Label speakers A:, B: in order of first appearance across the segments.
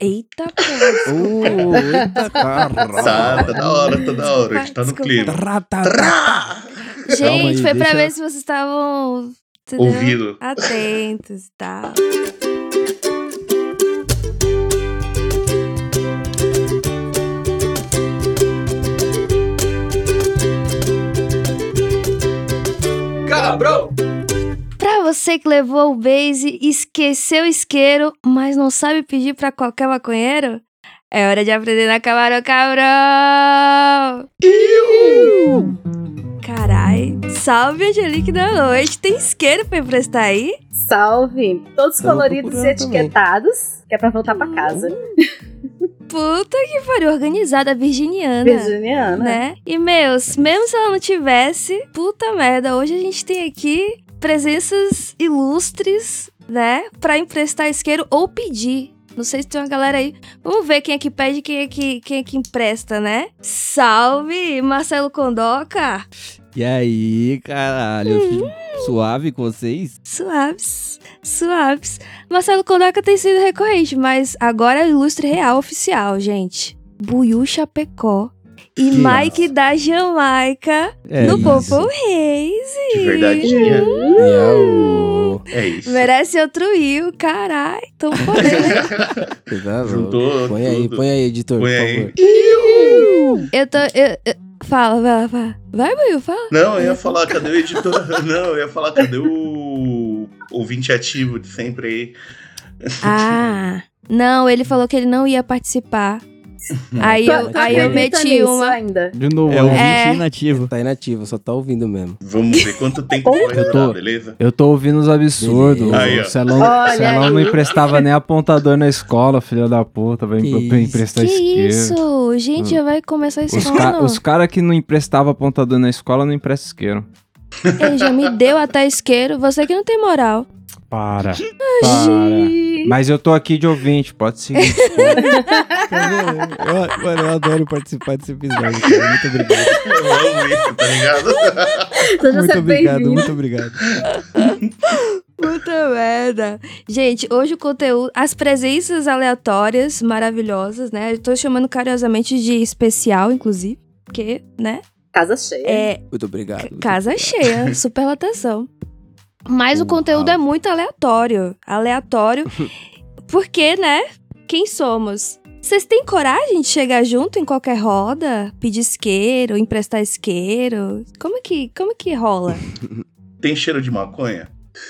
A: Eita, pô.
B: Eita, caralho.
C: Tá da hora, a gente tá no clima.
A: Gente, foi pra
B: deixa-
A: ver se vocês estavam... entendeu?
C: Ouvido.
A: Atentos e tal.
C: Cabrão!
A: Pra você que levou o base, esqueceu o isqueiro, mas não sabe pedir pra qualquer maconheiro, é hora de aprender na Camarão Cabrão! Carai, salve Angelique da noite, tem isqueiro pra emprestar aí?
D: Salve! Todos
B: Tamo
D: coloridos e
B: procurando também.
D: etiquetados, que é pra voltar pra casa.
A: Puta que pariu, organizada, virginiana.
D: Virginiana.
A: Né? E, meus, mesmo se ela não tivesse, puta merda, hoje a gente tem aqui presenças ilustres, né? Pra emprestar isqueiro ou pedir. Não sei se tem uma galera aí. Vamos ver quem é que pede e quem é que empresta, né? Salve, Marcelo Condoca!
B: E aí, caralho? Suave com vocês?
A: Suaves, suaves. Marcelo Condoca tem sido recorrente, mas agora é o ilustre real oficial, gente. Buiú Chapecó e
B: Que
A: Mike da Jamaica no
B: isso.
A: Popô Reis.
C: De verdadeinha. É isso.
A: Merece outro Will, carai. Tô podendo.
B: Tá
C: Juntou
B: põe aí,
C: tudo.
B: põe aí, editor,
C: Põe
B: por
C: aí.
A: eu
B: favor.
A: Fala. Vai, Will, fala.
C: Não, eu ia falar, cadê o editor? Não, eu ia falar, cadê o ouvinte ativo de sempre aí?
A: Ah, não, ele falou que ele não ia participar. Aí eu
D: acredita
A: meti
D: nisso
A: uma.
D: ainda.
B: De novo,
E: É o
A: É.
E: 20 inativo.
B: Tá inativo, só tá ouvindo mesmo.
C: Vamos ver quanto tempo vai
E: Eu tô-
C: durar, beleza?
E: Eu tô ouvindo os absurdos.
C: Aí, ó.
E: O Celão,
D: Olha
E: Celão não
D: aí.
E: emprestava nem apontador na escola, filho da puta. Vai
B: Que
E: pra
B: isso?
E: emprestar
A: Que
E: isqueiro.
A: isso? Gente, já vai começar a
E: Os,
A: escola.
E: os caras que não emprestavam apontador na escola não emprestam isqueiro.
A: Ele já me deu até isqueiro. Você que não tem moral.
E: Para. Mas eu tô aqui de ouvinte, pode seguir.
B: Mano, eu adoro participar desse episódio, cara. Muito obrigado.
C: Eu amo isso, tá ligado?
D: Seja
B: Muito
D: sempre
B: obrigado,
D: bem-vindo.
B: muito obrigado.
A: Puta merda. Gente, hoje o conteúdo, as presenças aleatórias maravilhosas, né? Eu tô chamando carinhosamente de especial, inclusive. Porque, né?
D: Casa cheia.
A: É
B: Muito obrigado. muito
A: casa
B: obrigado.
A: cheia, superlotação. Mas o conteúdo é muito aleatório. Aleatório. Porque, né? Quem somos? Vocês têm coragem de chegar junto em qualquer roda? Pedir isqueiro, emprestar isqueiro? Como é que rola?
C: Tem cheiro de maconha?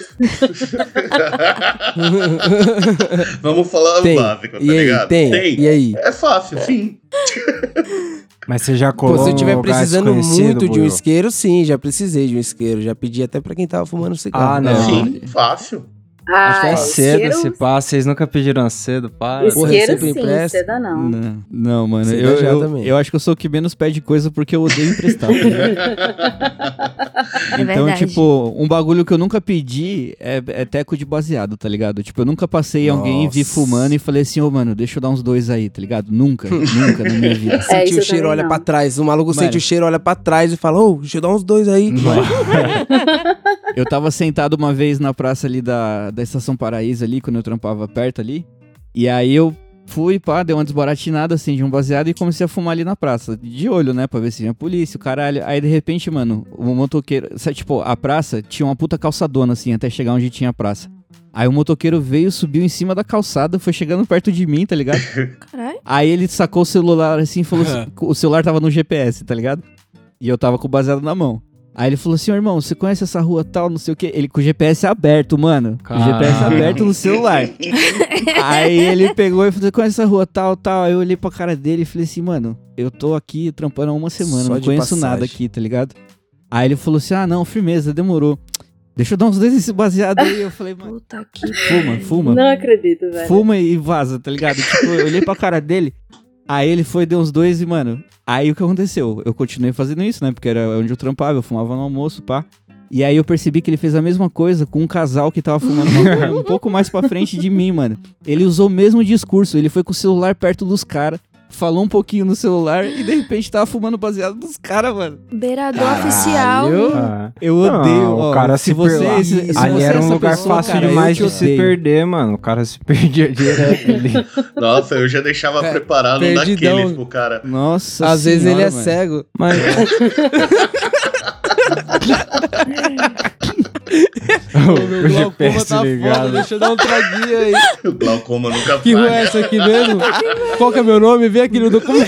C: Vamos falar o
B: Tem.
C: básico, tá
B: E aí,
C: ligado?
B: tem? E aí?
C: É fácil, sim.
E: Mas você já
B: Pô,
E: colou
B: se eu estiver
E: um lugar
B: precisando
E: desconhecido,
B: muito de um
E: Buiu?
B: isqueiro, sim, já precisei de um isqueiro. Já pedi até pra quem tava fumando cigarro.
E: Ah, não.
C: Sim, fácil.
E: Acho que é
D: Ah,
E: cedo
D: isqueiro-
E: esse pá. Vocês nunca pediram cedo, para.
B: Porra,
D: Isqueiro
B: sempre
D: sim,
B: empresta?
D: seda não.
F: Não, mano,
B: Você
F: eu,
B: já
F: eu,
B: também.
F: eu acho que eu sou o que menos pede coisa porque eu odeio emprestar. tá ligado?
A: É
F: Então,
A: verdade.
F: tipo, um bagulho que eu nunca pedi é teco de baseado, tá ligado? Tipo, eu nunca passei alguém e vi
B: Nossa.
F: fumando e falei assim, ô, mano, deixa eu dar uns 2 aí, tá ligado? Nunca na minha vida.
D: É,
B: Sente
D: isso
B: o cheiro,
D: também
B: olha
D: não.
B: pra trás. O maluco
F: Mano.
B: sente o cheiro, olha pra trás e fala, ô, deixa eu dar uns 2 aí.
F: Eu tava sentado uma vez na praça ali da Estação Paraíso ali, quando eu trampava perto ali. E aí eu fui, pá, dei uma desbaratinada assim de um baseado e comecei a fumar ali na praça. De olho, né, pra ver se vinha polícia, o caralho. Aí de repente, mano, o motoqueiro... Sabe, tipo, a praça tinha uma puta calçadona assim, até chegar onde tinha a praça. Aí o motoqueiro veio, subiu em cima da calçada, foi chegando perto de mim, tá ligado?
A: Caralho.
F: Aí ele sacou o celular assim e falou assim, o celular tava no GPS, tá ligado? E eu tava com o baseado na mão. Aí ele falou assim, ô irmão, você conhece essa rua tal, não sei o quê? Ele com o GPS aberto, mano. Com o GPS
E: Caralho.
F: aberto no celular. Aí ele pegou e falou, você conhece essa rua tal, tal? Aí eu olhei pra cara dele e falei assim, mano, eu tô aqui trampando há uma semana,
B: Só
F: não
B: de
F: conheço
B: passagem.
F: nada aqui, tá ligado? Aí ele falou assim, ah não, firmeza, demorou. Deixa eu dar uns 2 nesse baseado aí. Eu falei, mano,
A: Puta que...
F: fuma.
D: Não acredito, velho.
F: Fuma e vaza, tá ligado? Tipo, eu olhei pra cara dele, aí ele foi, deu uns 2 e, mano, aí o que aconteceu? Eu continuei fazendo isso, né? Porque era onde eu trampava, eu fumava no almoço, pá. E aí eu percebi que ele fez a mesma coisa com um casal que tava fumando um pouco mais pra frente de mim, mano. Ele usou o mesmo discurso, ele foi com o celular perto dos caras, falou um pouquinho no celular e de repente tava fumando baseado dos caras, mano.
A: Beirador oficial.
E: Ah.
F: Eu odeio,
E: Não,
F: ó,
E: o cara se
F: você,
E: se
F: se
E: ali
F: você é
E: era um
F: essa
E: lugar
F: pessoa,
E: fácil
F: cara,
E: demais
F: eu
E: de
F: te
E: se
F: odeio.
E: perder, mano. O cara se perdia direto ali.
C: Nossa, eu já deixava preparado um
G: perdidão.
C: daqueles pro cara.
F: Nossa
G: Às vezes ele é
F: mano.
G: cego.
E: Mas. o GPS ligado.
G: Deixa eu dar um traguinho aí.
C: O glaucoma nunca
G: Que rua é
C: falha.
G: essa aqui mesmo? Qual que é meu nome? Vem aqui no documento.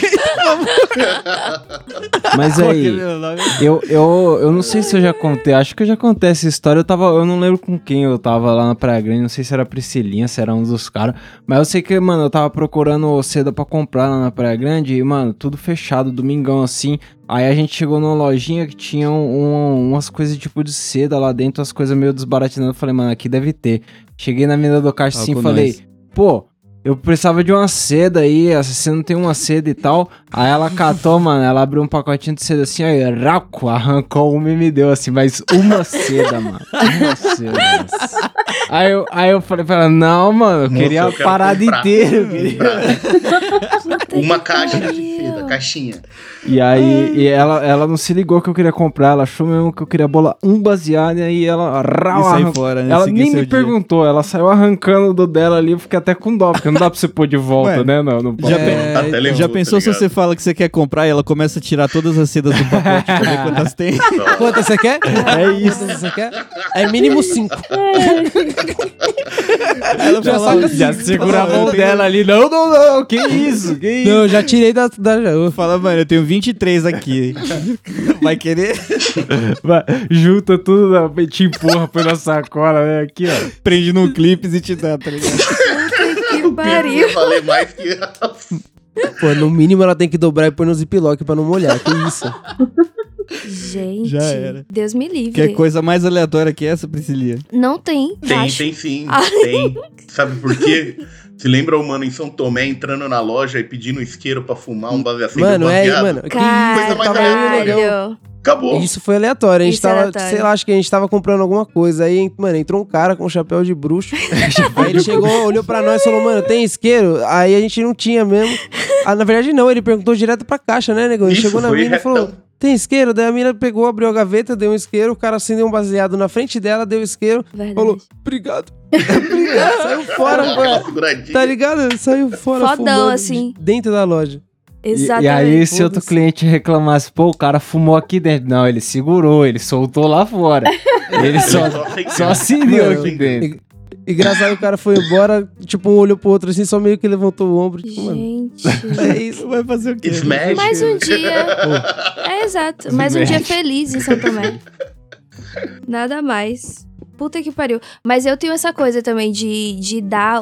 E: Mas aí, eu não sei se eu já contei, acho que eu já contei essa história. Eu não lembro com quem eu tava lá na Praia Grande, não sei se era a Priscilinha, se era um dos caras. Mas eu sei que, mano, eu tava procurando seda pra comprar lá na Praia Grande e, mano, tudo fechado, domingão assim. Aí a gente chegou numa lojinha que tinha umas coisas tipo de seda lá dentro, as coisas meio desbaratinando. Eu falei, mano, aqui deve ter. Cheguei na menina do caixa assim e falei, pô, eu precisava de uma seda aí, você não tem uma seda e tal. Aí ela catou, mano, ela abriu um pacotinho de seda assim, aí raco, arrancou uma e me deu assim, mas uma seda, mano. Uma seda. Aí eu falei pra ela, não, mano, eu
C: Moça,
E: queria
C: eu
E: a
C: quero
E: parada
C: comprar.
E: inteira. Eu queria...
A: Puta
C: Uma
A: que
C: caixa de
A: pariu.
C: seda, caixinha.
E: E aí, ela não se ligou que eu queria comprar, ela achou mesmo que eu queria bolar um baseado, e aí ela...
F: E sai fora, né?
E: Ela
F: Seguir
E: nem
F: seu
E: me
F: dia.
E: perguntou, ela saiu arrancando do dela ali, eu fiquei até com dó, porque não dá pra você pôr de volta,
F: Mano,
E: né? Não
F: Já,
C: Até levou,
F: já
C: tá
F: pensou se
C: ligado?
F: você fala que você quer comprar e ela começa a tirar todas as sedas do pacote pra ver quantas tem?
G: Quanto você quer?
E: É isso.
G: Quanto você quer? É mínimo 5.
F: Ela fala,
E: Já segura a mão dela ali, não, que isso, que isso?
G: Não, eu já tirei da eu
F: fala, mano, eu tenho 23 aqui. Vai querer?
E: Vai, junta tudo, te empurra, põe na sacola, né? Aqui, ó.
F: Prende num clipe e te dá, tá ligado?
A: Puta que pariu.
C: Eu falei mais que...
G: Pô, no mínimo ela tem que dobrar e pôr no ziplock pra não molhar. Que isso?
A: Gente,
F: Já era.
A: Deus me livre.
F: Que coisa mais aleatória que essa, Priscilia?
A: Não tem.
C: Tem,
A: acho.
C: tem sim.
A: Ah.
C: Tem. Sabe por quê? Se lembra o mano em São Tomé entrando na loja e pedindo isqueiro pra fumar um baseado?
G: Mano, mano. Que
C: Coisa mais
A: Caralho.
C: Acabou.
G: Isso foi aleatório. A gente
A: Isso
G: tava,
A: aleatório.
G: sei lá, acho que a gente tava comprando alguma coisa. Aí, mano, entrou um cara com um chapéu de bruxo. Aí ele chegou, olhou pra nós e falou, mano, tem isqueiro? Aí a gente não tinha mesmo. Ah, na verdade, não, ele perguntou direto pra caixa, né, negão? Ele
C: Isso,
G: chegou na
C: foi
G: mina e
C: retão.
G: falou: tem isqueiro? Daí a mina pegou, abriu a gaveta, deu um isqueiro, o cara acendeu um baseado na frente dela, deu isqueiro,
A: Verdade.
G: falou, obrigado. Obrigado, saiu fora,
C: Aquela
G: mano.
C: seguradinha.
G: Tá ligado? Saiu fora,
A: Fodão,
G: fumando
A: assim.
G: dentro da loja.
A: Exatamente.
E: E aí, se outro
G: Foda-se.
E: cliente reclamasse, pô, o cara fumou aqui dentro. Não, ele segurou, ele soltou lá fora. Ele só acendeu
G: Mano,
E: aqui dentro.
G: E graças a Deus o cara foi embora, tipo, um olhou pro outro assim, só meio que levantou o ombro. Tipo, mano,
A: Gente.
G: é isso.
F: Vai fazer o quê?
C: Smash.
A: Mais um dia. É exato. Mais um dia feliz em São Tomé. Nada mais. Puta que pariu. Mas eu tenho essa coisa também de dar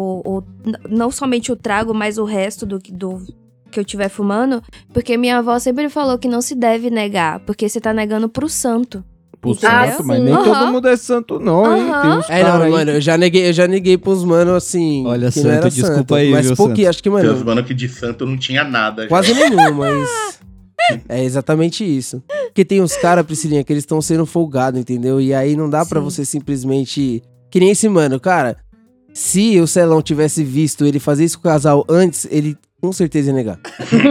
A: não somente o trago, mas o resto do que eu tiver fumando. Porque minha avó sempre falou que não se deve negar. Porque você tá negando pro santo.
E: Pro
A: Entendeu?
E: santo, mas nem
A: Aham.
E: todo mundo é santo, não, hein?
A: Aham.
E: Tem uns
G: É,
E: cara
G: não,
E: aí
G: mano, eu já neguei pros manos, assim.
F: Olha,
G: que não
F: santo,
G: era
F: desculpa
G: santo,
F: aí,
G: mas
F: viu,
G: pouquinho, acho que,
C: Tem uns
G: mano,
C: mano que de santo não tinha nada.
G: quase nenhum, mas. É exatamente isso. Porque tem uns caras, Priscilinha, que eles estão sendo folgados, entendeu? E aí não dá pra
A: Sim.
G: você simplesmente. Que nem esse mano, cara. Se o Celão tivesse visto ele fazer isso com o casal antes, ele com certeza ia negar.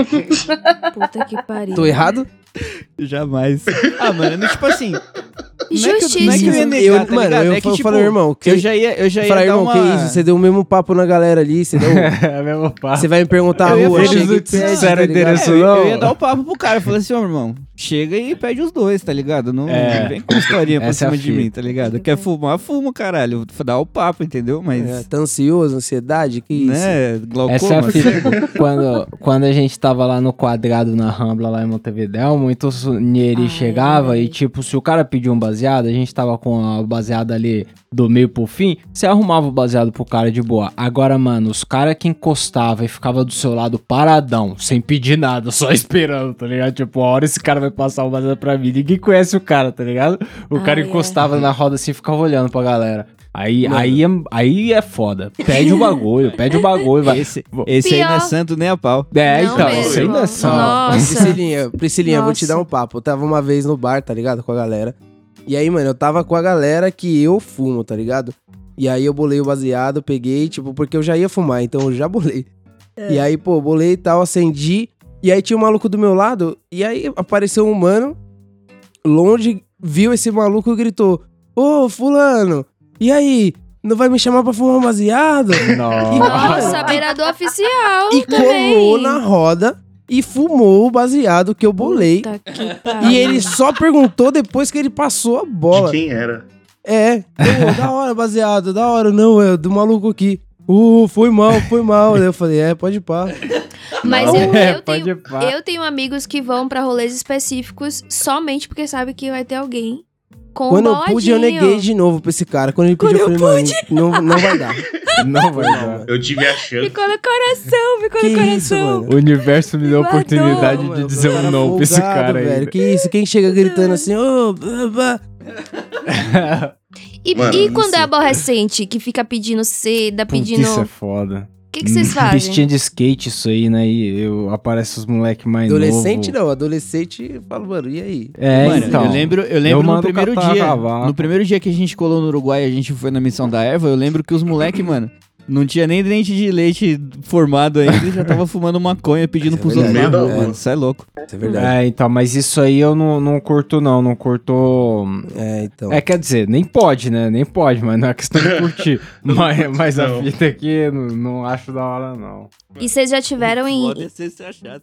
A: Puta que pariu.
G: Tô errado?
F: Jamais. Ah, mano, tipo assim...
A: Justiça.
F: Não é que eu ia negar, tá
G: mano,
F: ligado?
G: eu
F: É que, tipo,
G: falei, irmão, que
F: Eu já ia
G: falei,
F: dar
G: irmão,
F: uma...
G: que isso? Você deu o mesmo papo na galera ali, você deu.
E: É mesmo papo.
G: Você vai me perguntar a
F: Eu ia
G: rua,
F: falar,
G: chega
E: eles
G: e
E: não te
G: pede,
E: disseram
G: tá ligado?
E: endereço,
F: eu ia dar o papo pro cara. Eu falei assim, ó, irmão, chega e pede os dois, tá ligado? Não vem com historinha pra
E: Essa é a
F: cima de
E: fita.
F: mim, tá ligado? Quer fumar, fuma, caralho. Dá o papo, entendeu? Mas,
G: É, tá ansioso, ansiedade, que isso?
F: né, glaucoma...
E: Essa é a fita.
F: cego.
E: Quando a gente tava lá no quadrado na Rambla, lá em Montevidéu, muitos Nieri chegava e, tipo, se o cara pediu um baseado, a gente tava com a baseada ali do meio pro fim, você arrumava o baseado pro cara de boa. Agora, mano, os caras que encostavam e ficava do seu lado paradão, sem pedir nada, só esperando, tá ligado? Tipo, a hora esse cara vai passar o baseado pra mim, ninguém conhece o cara, tá ligado? O cara encostava na roda assim e ficava olhando pra galera. Aí é foda. Pede o bagulho, vai.
F: Esse aí não é
A: Pior.
F: santo nem a pau.
E: É,
A: Não
E: então,
A: mesmo.
E: isso ainda é só.
A: Nossa.
G: Priscilinha, eu vou te
A: Nossa.
G: dar um papo. Eu tava uma vez no bar, tá ligado? Com a galera. E aí, mano, eu tava com a galera que eu fumo, tá ligado? E aí eu bolei o baseado, peguei, tipo, porque eu já ia fumar, então eu já bolei. E aí, pô, bolei e tal, acendi. E aí tinha um maluco do meu lado. E aí apareceu um mano, longe, viu esse maluco e gritou: Ô, fulano, e aí? Não vai me chamar pra fumar um baseado?
A: Nossa, beirador oficial
G: E
A: também.
G: colou na roda e fumou o baseado que eu bolei.
A: Puta que pariu.
G: E ele só perguntou depois que ele passou a
C: De
G: bola.
C: quem era?
G: Pô, da hora, baseado, da hora. Não, é do maluco aqui. Foi mal. Daí eu falei, pode ir pá.
A: Mas
G: Não.
A: eu tenho amigos que vão pra rolês específicos somente porque sabe que vai ter alguém com
G: Quando
A: um
G: eu
A: boladinho.
G: pude, eu neguei de novo pra esse cara. Quando ele pediu, eu falei, mano, não vai dar.
E: Não vai dar.
C: Eu tive a chance.
A: Ficou no coração, ficou
G: Que
A: no coração.
G: isso, mano?
E: O universo me deu a
A: Guardou.
E: oportunidade
G: Mano,
E: de
G: o
E: dizer
G: cara
E: um não pra esse
G: folgado,
E: cara aí.
G: velho. Que isso? Quem chega gritando assim,
A: E,
C: Mano,
A: e quando
G: isso.
A: é aborrecente, que fica pedindo seda,
E: Puta,
A: pedindo...
E: isso é
A: O
E: foda.
A: que vocês fazem?
E: Pistinha de skate isso aí, né? E aparece os moleque mais
G: adolescente
E: novo.
G: não, adolescente, eu falo, mano, e aí?
F: Mano,
E: então.
F: eu lembro no
E: mando
F: primeiro
E: catar
F: dia.
E: cavaco.
F: No primeiro dia que a gente colou no Uruguai, a gente foi na missão da erva, eu lembro que os moleque, mano, não tinha nem dente de leite formado ainda e já tava fumando maconha pedindo
G: Isso é
F: pros outros na
C: verdade.
F: rua,
C: É.
F: mano. Isso é louco.
G: Isso é verdade.
E: Então, mas isso aí eu não curto, não. Não curto.
G: Então.
E: Quer dizer, nem pode, né? Nem pode, mas não é questão de curtir. mas a
C: Não.
E: fita aqui não acho da hora, não.
A: E vocês já tiveram em...
F: se você achasse.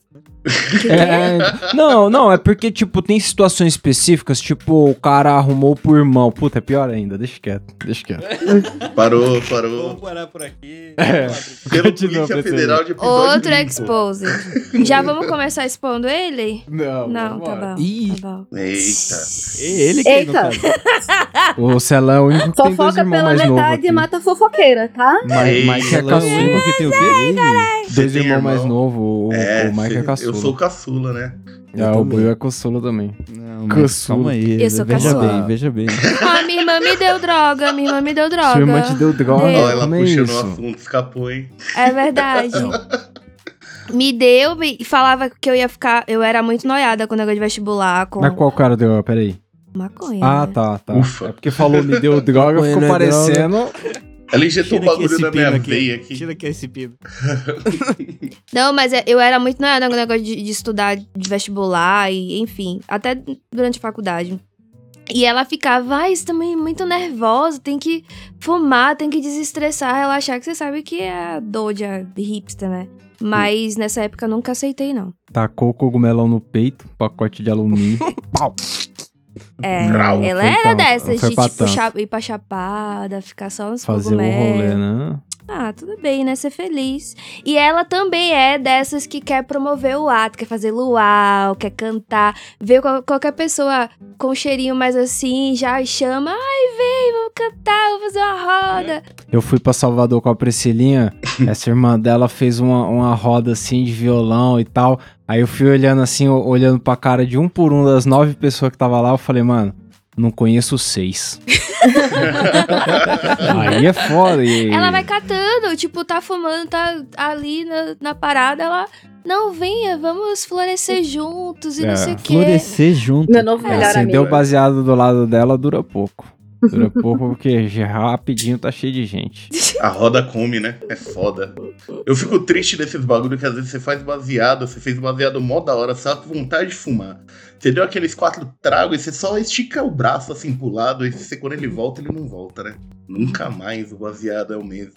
E: Não, é porque, tipo, tem situações específicas, tipo, o cara arrumou pro irmão. Puta, é pior ainda, deixa quieto.
C: Parou.
F: parar por aqui.
C: Pelo
E: Continua,
C: Polícia
E: PC.
C: Federal de episódio
A: Outro
C: limpo.
A: exposed. Já vamos começar expondo ele?
E: Não,
A: Não, tá bom.
G: Ih.
A: Tá bom.
C: Eita.
F: Ele que
D: Eita.
F: no caso.
E: O Celão é o único que tem dois
D: Fofoca
E: irmãos
D: pela
E: mais novos
D: metade
E: aqui.
D: e mata a fofoqueira, tá?
E: Mike é
F: Ela é o
E: caçula.
F: único que tem o quê?
C: Você
E: Dois
C: tem
E: irmãos mais
C: irmão?
E: novos. O Mike é caçula.
C: Eu sou caçula, né?
E: O Buiu é caçula também.
F: Não,
E: Caçula.
F: mas calma aí.
A: Eu sou
F: veja
A: caçula.
F: bem, veja bem.
A: Ah, minha irmã me deu droga,
E: Sua irmã te deu droga?
A: Deu.
C: Ó, ela
E: Como é
C: puxando o
E: isso?
C: assunto, escapou, hein?
A: É verdade. Me deu e falava que eu ia ficar... Eu era muito noiada com o negócio de vestibular, com
E: Mas qual cara deu? Peraí.
A: maconha.
E: Ah,
A: né?
E: tá.
C: Ufa.
E: É porque falou me deu droga,
G: Maconha
E: ficou
G: não é
E: parecendo...
C: Ela injetou o bagulho na minha veia aqui.
F: Tira aqui esse pino.
A: Não, mas eu era muito noiada com o negócio de estudar de vestibular e, enfim, até durante a faculdade. E ela ficava, você também muito nervosa, tem que fumar, tem que desestressar, relaxar, que você sabe que é a doja hipster, né? Mas nessa época eu nunca aceitei, não.
E: Tacou o cogumelão no peito, pacote de alumínio. Pau!
A: É,
C: Grau.
A: ela
E: Foi
A: era
E: tanto,
A: dessas
E: foi
A: de,
E: pra
A: tipo,
E: tanto.
A: ir pra chapada, ficar só nos
E: Fazer o rolê,
A: cogumelos.
E: né?
A: Ah, tudo bem, né? Ser feliz. E ela também é dessas que quer promover o ato, quer fazer luau, quer cantar. Vê qualquer pessoa com um cheirinho mais assim, já chama. Ai, vem, vamos cantar, vamos fazer uma roda.
E: Eu fui pra Salvador com a Priscilinha, essa irmã dela fez uma roda assim de violão e tal. Aí eu fui olhando assim, olhando pra cara de um por um das 9 pessoas que tava lá, eu falei, mano, não conheço os 6. Aí é foda.
A: Ela vai catando, tipo, tá fumando, tá ali na parada, ela... Não, venha, vamos florescer juntos e não sei o quê.
F: Florescer junto.
D: Meu novo melhor
E: Acendeu
D: amigo.
E: baseado do lado dela, dura pouco. Dura pouco porque já rapidinho tá cheio de gente.
C: A roda come, né? É foda. Eu fico triste desses bagulho que às vezes você faz baseado, você fez baseado mó da hora, só com vontade de fumar. Você deu aqueles 4 tragos e você só estica o braço assim pro lado e você, quando ele volta, ele não volta, né? Nunca mais o baseado é o mesmo.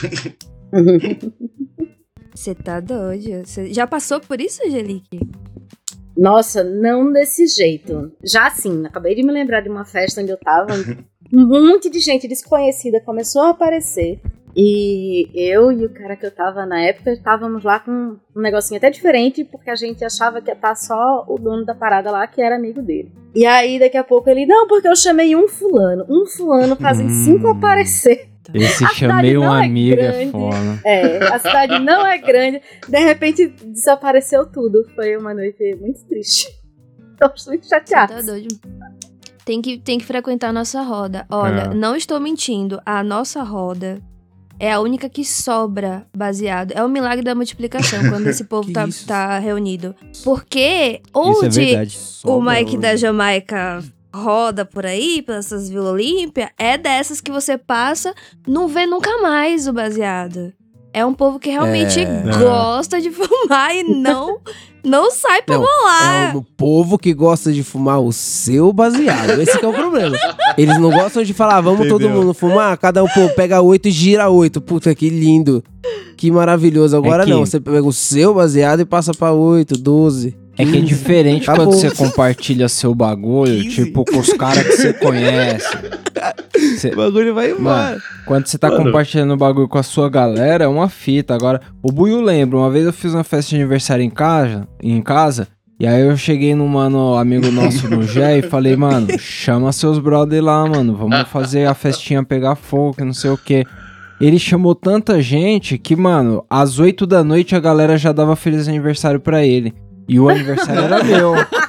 A: Você tá doido? Você já passou por isso, Angelique?
D: Nossa, não desse jeito. Já assim, acabei de me lembrar de uma festa onde eu tava. Um monte de gente desconhecida começou a aparecer. E eu e o cara que eu tava na época, estávamos lá com um negocinho até diferente, porque a gente achava que ia estar só o dono da parada lá, que era amigo dele. E aí, daqui a pouco, ele, não, porque eu chamei um fulano fazem 5 aparecer.
E: Esse
D: A
E: chamei
D: cidade
E: um
D: não é
E: amigo é
D: grande.
E: foda.
D: É, a cidade não é grande. De repente, desapareceu tudo. Foi uma noite muito triste. Tô muito
A: Você
D: chateada.
A: tá doido? Tem que frequentar a nossa roda. Olha,
E: É.
A: não estou mentindo. A nossa roda é a única que sobra baseado. É o milagre da multiplicação quando esse povo
G: Que isso?
A: tá reunido. Porque
F: Isso é
A: onde
F: verdade.
A: o Mike da Jamaica roda por aí, pelas Vila Olímpia, é dessas que você passa, não vê nunca mais o baseado. É um povo que realmente gosta de fumar e não sai pra bolar.
G: É um povo que gosta de fumar o seu baseado. Esse que é o problema. Eles não gostam de falar, vamos todo mundo fumar, cada um pega 8 e gira 8. Puta, que lindo. Que maravilhoso. Agora não, você pega o seu baseado e passa pra 8, 12.
E: É que é diferente
G: Acabou.
E: quando você compartilha seu bagulho, tipo, com os caras que você conhece.
F: O bagulho vai embora.
E: Mano, quando você tá compartilhando o bagulho com a sua galera, é uma fita. Agora, o Buiu lembra, uma vez eu fiz uma festa de aniversário em casa, e aí eu cheguei num amigo nosso no Gé e falei, mano, chama seus brother lá, mano, vamos fazer a festinha pegar fogo, que não sei o quê. Ele chamou tanta gente que, mano, às 8 da noite a galera já dava feliz aniversário pra ele. E o aniversário era meu.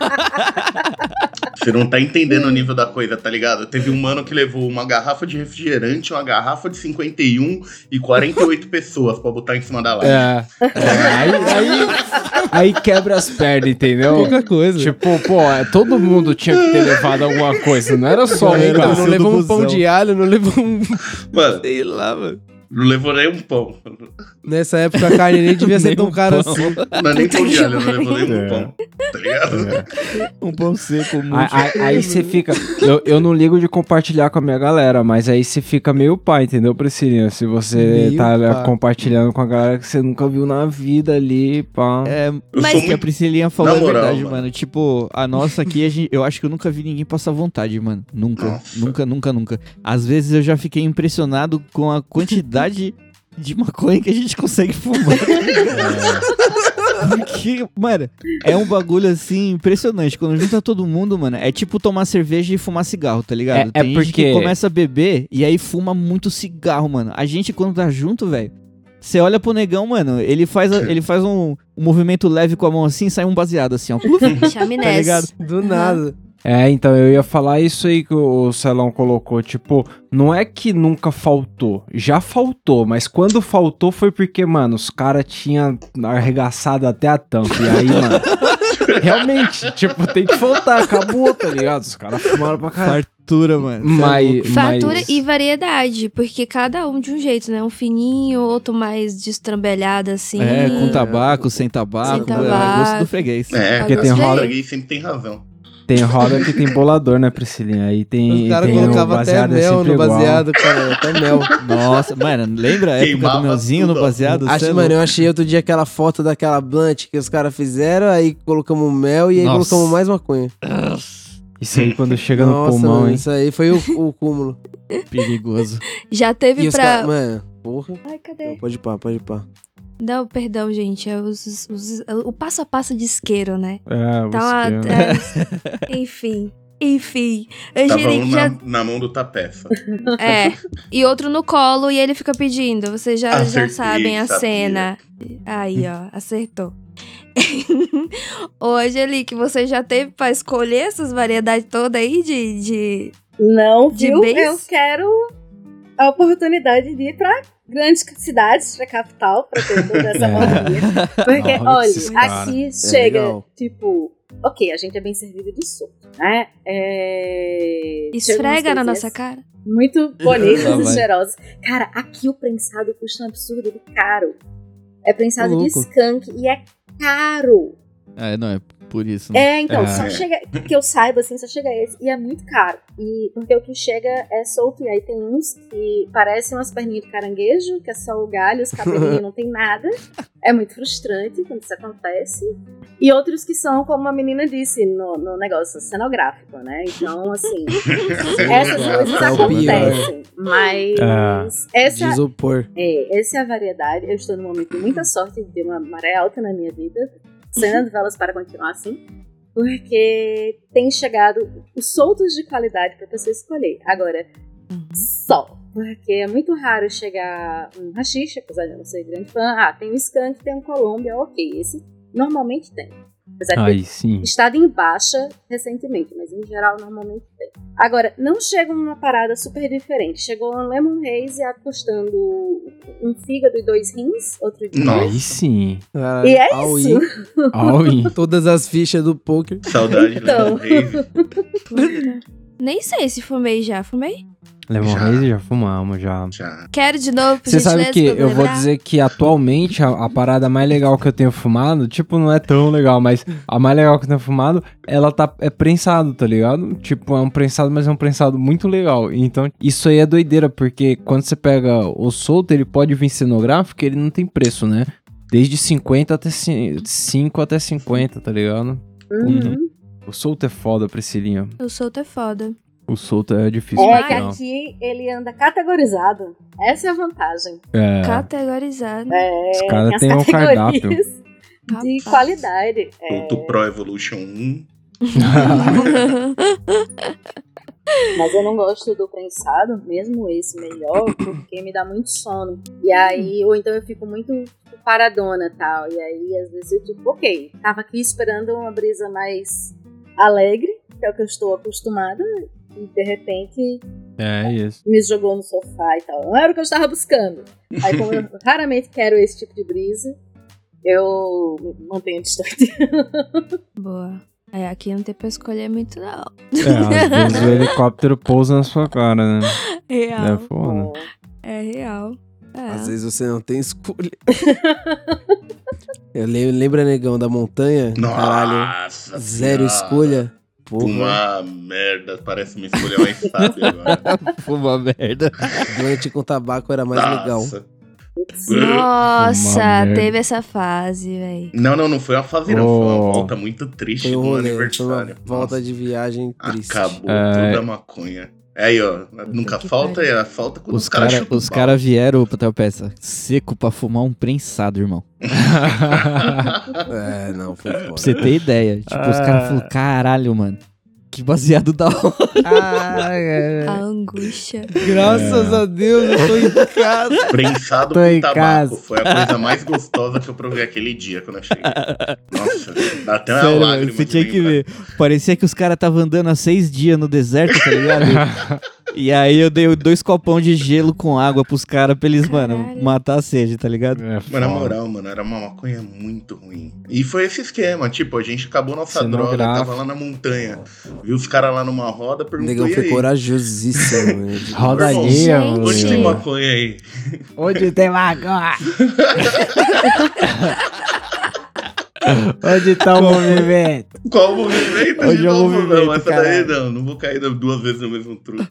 C: Você não tá entendendo o nível da coisa, tá ligado? Teve um mano que levou uma garrafa de refrigerante, uma garrafa de 51 e 48 pessoas pra botar em cima da live.
E: Aí quebra as pernas, entendeu?
G: Pouca coisa.
E: Tipo, pô, todo mundo tinha que ter levado alguma coisa, não era só um
G: Não
E: cara.
G: levou um pão de alho, não levou um...
C: Mano,
G: Sei lá, mano.
C: não levou nem um pão.
G: Nessa época a carne nem devia ser tão cara assim.
C: Não é nem pão de alho, não levou nem um pão. Tá ligado?
F: Um pão seco,
E: Aí você fica... Eu não ligo de compartilhar com a minha galera, mas aí você fica meio pá, entendeu, Priscilinha? Se você
G: Meio
E: tá
G: pá.
E: compartilhando com a galera que você nunca viu na vida ali, pá.
F: É,
C: Eu
A: Mas-
C: sou
F: que a
C: muito...
F: Priscilinha falou
C: Na
F: é
C: moral,
F: verdade,
C: mano.
F: mano. Tipo, a nossa aqui, eu acho que eu nunca vi ninguém passar vontade, mano. Nunca. Nunca. Às vezes eu já fiquei impressionado com a quantidade de maconha que a gente consegue fumar. Porque, mano, é um bagulho assim impressionante. Quando junta todo mundo, mano, é tipo tomar cerveja e fumar cigarro, tá ligado?
E: É
F: Tem gente que
E: porque-
F: começa a beber e aí fuma muito cigarro, mano. A gente, quando tá junto, velho, você olha pro negão, mano, ele faz um movimento leve com a mão assim, sai um baseado assim, ó. Tá
A: Chaminés.
F: ligado?
G: Do nada.
E: Então eu ia falar isso aí que o Celão colocou, tipo, não é que nunca faltou, já faltou, mas quando faltou foi porque, mano, os caras tinham arregaçado até a tampa, e aí, mano, realmente, tipo, tem que faltar, acabou, tá ligado? Os caras fumaram pra caralho.
F: Fartura, mano.
A: Fartura e variedade, porque cada um de um jeito, né? Um fininho, outro mais destrambelhado, assim.
F: É, com tabaco, sem tabaco,
A: Sem
F: mano,
A: tabaco.
F: é gosto do freguês.
C: É,
E: Porque
A: Eu
E: tem
A: gostei.
E: roda,
C: Alguém sempre tem razão.
E: tem roda que tem bolador, né, Priscilinha? Aí tem.
G: Os caras
E: tem o
G: colocavam até
E: baseado, é
G: mel
E: sempre
G: no
E: igual.
G: baseado, cara. Até mel.
F: Nossa, mano, lembra a época
C: Queimava
F: do melzinho no
C: tudo.
F: baseado? Cê é
G: Mano, eu
F: louco.
G: achei outro dia aquela foto daquela blunt que os caras fizeram, aí colocamos mel e aí
F: Nossa.
G: colocamos mais maconha.
E: Isso aí quando chega no
G: Nossa,
E: pulmão,
G: mano,
E: hein?
G: isso aí foi o cúmulo.
F: Perigoso.
A: Já teve
G: E os
A: pra...
G: caras, mano, porra.
A: Ai, cadê?
G: Pode ir pá.
A: Não, perdão, gente. É o passo a passo de isqueiro, né?
E: É,
A: Tá
E: você-
A: uma, enfim. A
C: Tava
A: gente
C: um
A: já...
C: na mão do Tapeça.
A: É. E outro no colo e ele fica pedindo. Vocês já
C: Acertei,
A: sabem a
C: sabia.
A: cena. Aí, ó. Acertou. Ô, Angelique, você já teve pra escolher essas variedades todas aí de...
D: Não,
A: De
D: viu?
A: base?
D: Eu quero a oportunidade de ir pra grandes cidades, pra capital, pra ter toda essa maravilha. Porque,
E: Não,
D: olha,
E: esses cara.
D: aqui chega,
G: legal.
D: tipo... Ok, a gente é bem servido de sopa, né? Chegam umas
A: Esfrega na
D: coisinhas
A: nossa cara?
D: muito
F: Lá
D: bonitas e
F: vai.
D: cheirosas. Cara, aqui o prensado custa um absurdo de caro. É prensado de
G: Louco.
D: skunk e é caro.
F: É, não, é por isso. Né?
D: É, então,
E: É.
D: só chega, que eu saiba, assim, só chega esse. E é muito caro. E porque o que chega é solto. E aí tem uns que parecem umas perninhas de caranguejo, que é só o galho, os cabelinhos não tem nada. É muito frustrante quando isso acontece. E outros que são, como a menina disse no negócio, cenográfico, né? Então, assim, essas coisas
G: É o pior.
D: acontecem. Mas essa
G: Isopor.
D: essa é a variedade. Eu estou num momento de muita sorte de ter uma maré alta na minha vida. Cenando velas para continuar assim. Porque tem chegado os soltos de qualidade para pessoa escolher. Agora, só. Porque é muito raro chegar um rachixe, apesar de eu não ser grande fã. Ah, tem um skunk, tem um Colômbia, ok. Esse normalmente tem. Apesar de
E: Aí sim.
D: estado em baixa recentemente, mas em geral normalmente tem. Agora, não chega uma parada super diferente. Chegou um Lemon Haze custando um fígado e 2 rins, outro dia.
C: Nossa.
E: Aí sim.
G: Caralho,
D: E é
G: all
D: isso.
G: in.
E: All in.
G: Todas as fichas do poker.
C: Saudade
D: Então.
C: do Rave.
A: Nem sei se fumei já. Fumei?
E: Lemon
C: Já.
E: Haze já fumamos, já.
C: Já.
A: Quero de novo, por
E: Você sabe
A: gentileza,
E: que
A: pra
E: eu vou
A: lembrar?
E: dizer que atualmente a parada mais legal que eu tenho fumado, tipo, não é tão legal, mas a mais legal que eu tenho fumado, ela é prensado, tá ligado? Tipo, é um prensado, mas é um prensado muito legal. Então, isso aí é doideira, porque quando você pega o solto, ele pode vir cenográfico, ele não tem preço, né? Desde 50 até 5 até 50, tá ligado?
D: Uhum.
E: O solto é foda, Priscilinha.
A: O solto é foda.
E: O solto é difícil
D: É
E: pra
D: que
E: caramba.
D: aqui ele anda categorizado. Essa é a vantagem.
E: É,
A: Categorizado.
E: os
D: Tem
E: caras
D: as
E: têm um cardápio.
D: categorias de
A: Rapaz.
D: qualidade.
C: Solto Pro Evolution 1.
D: Mas eu não gosto do prensado, mesmo esse melhor, porque me dá muito sono. E aí, ou então eu fico muito tipo, paradona e tal. E aí, às vezes eu tipo, ok, tava aqui esperando uma brisa mais alegre, que é o que eu estou acostumada, e de repente
E: É isso.
D: me jogou no sofá e tal. Não era o que eu estava buscando. Aí, como eu raramente quero esse tipo de brisa, eu me mantenho distante.
A: Boa. É, aqui não tem pra escolher muito, não.
E: É, às vezes o helicóptero pousa na sua cara, né?
A: Real.
E: É foda.
A: É real. É.
G: Às vezes você não tem escolha. Lembra, negão, da montanha? Caralho,
C: Nossa
G: zero
C: senhora.
G: escolha. Porra,
C: Uma merda, parece uma escolha mais sábia agora.
F: Fuma merda.
G: doente com tabaco era mais legal.
C: Nossa.
A: Nossa,
E: Uma merda.
A: teve essa fase, véi.
C: Não foi uma fase, não. Foi uma
E: Oh.
C: volta muito triste
G: Foi um
C: no
G: rolê, foi uma
C: aniversário.
G: volta
C: Nossa,
G: de viagem triste.
C: acabou
E: É.
C: toda a maconha. É aí, ó. Nunca
A: que
C: falta,
A: pariu.
C: é a falta quando
F: Os caras
C: chutam
F: os
C: o
F: cara vieram pra tua peça seco pra fumar um prensado, irmão.
G: É, não, foi
F: Pra
G: foda.
F: você ter ideia. Tipo, os caras falaram, caralho, mano. Que baseado da hora.
A: A angústia.
G: Graças a Deus, eu tô em casa.
C: Prensado
E: Tô em
C: com tabaco.
E: casa.
C: Foi a coisa mais gostosa que eu provei aquele dia quando eu cheguei. Nossa, dá até uma
F: Sério, mano,
C: lágrima.
F: você
C: de
F: tinha que
C: lembrar.
F: ver. Parecia que os caras estavam andando há 6 dias no deserto, tá ligado? E aí eu dei 2 copão de gelo com água pros caras pra eles, mano,
A: Caralho.
F: matar a sede, tá ligado?
E: É
C: Mas na
E: foda.
C: moral, mano, era uma maconha muito ruim. E foi esse esquema, tipo, a gente acabou nossa droga,
E: Cenográfico.
C: tava lá na montanha, viu os caras lá numa roda,
G: O
C: perguntou,
G: negão
C: e
G: foi
C: aí?
G: corajosíssimo. Né?
E: Roda
C: Irmão,
E: alheia,
A: gente.
C: Onde tem
E: moleque.
C: maconha aí?
E: Onde tem maconha? Onde tá o movimento?
C: Qual o movimento
F: Hoje
C: de
F: é o
C: novo?
F: movimento,
C: Não, essa daí
F: caralho.
C: não vou cair 2 vezes no mesmo truque.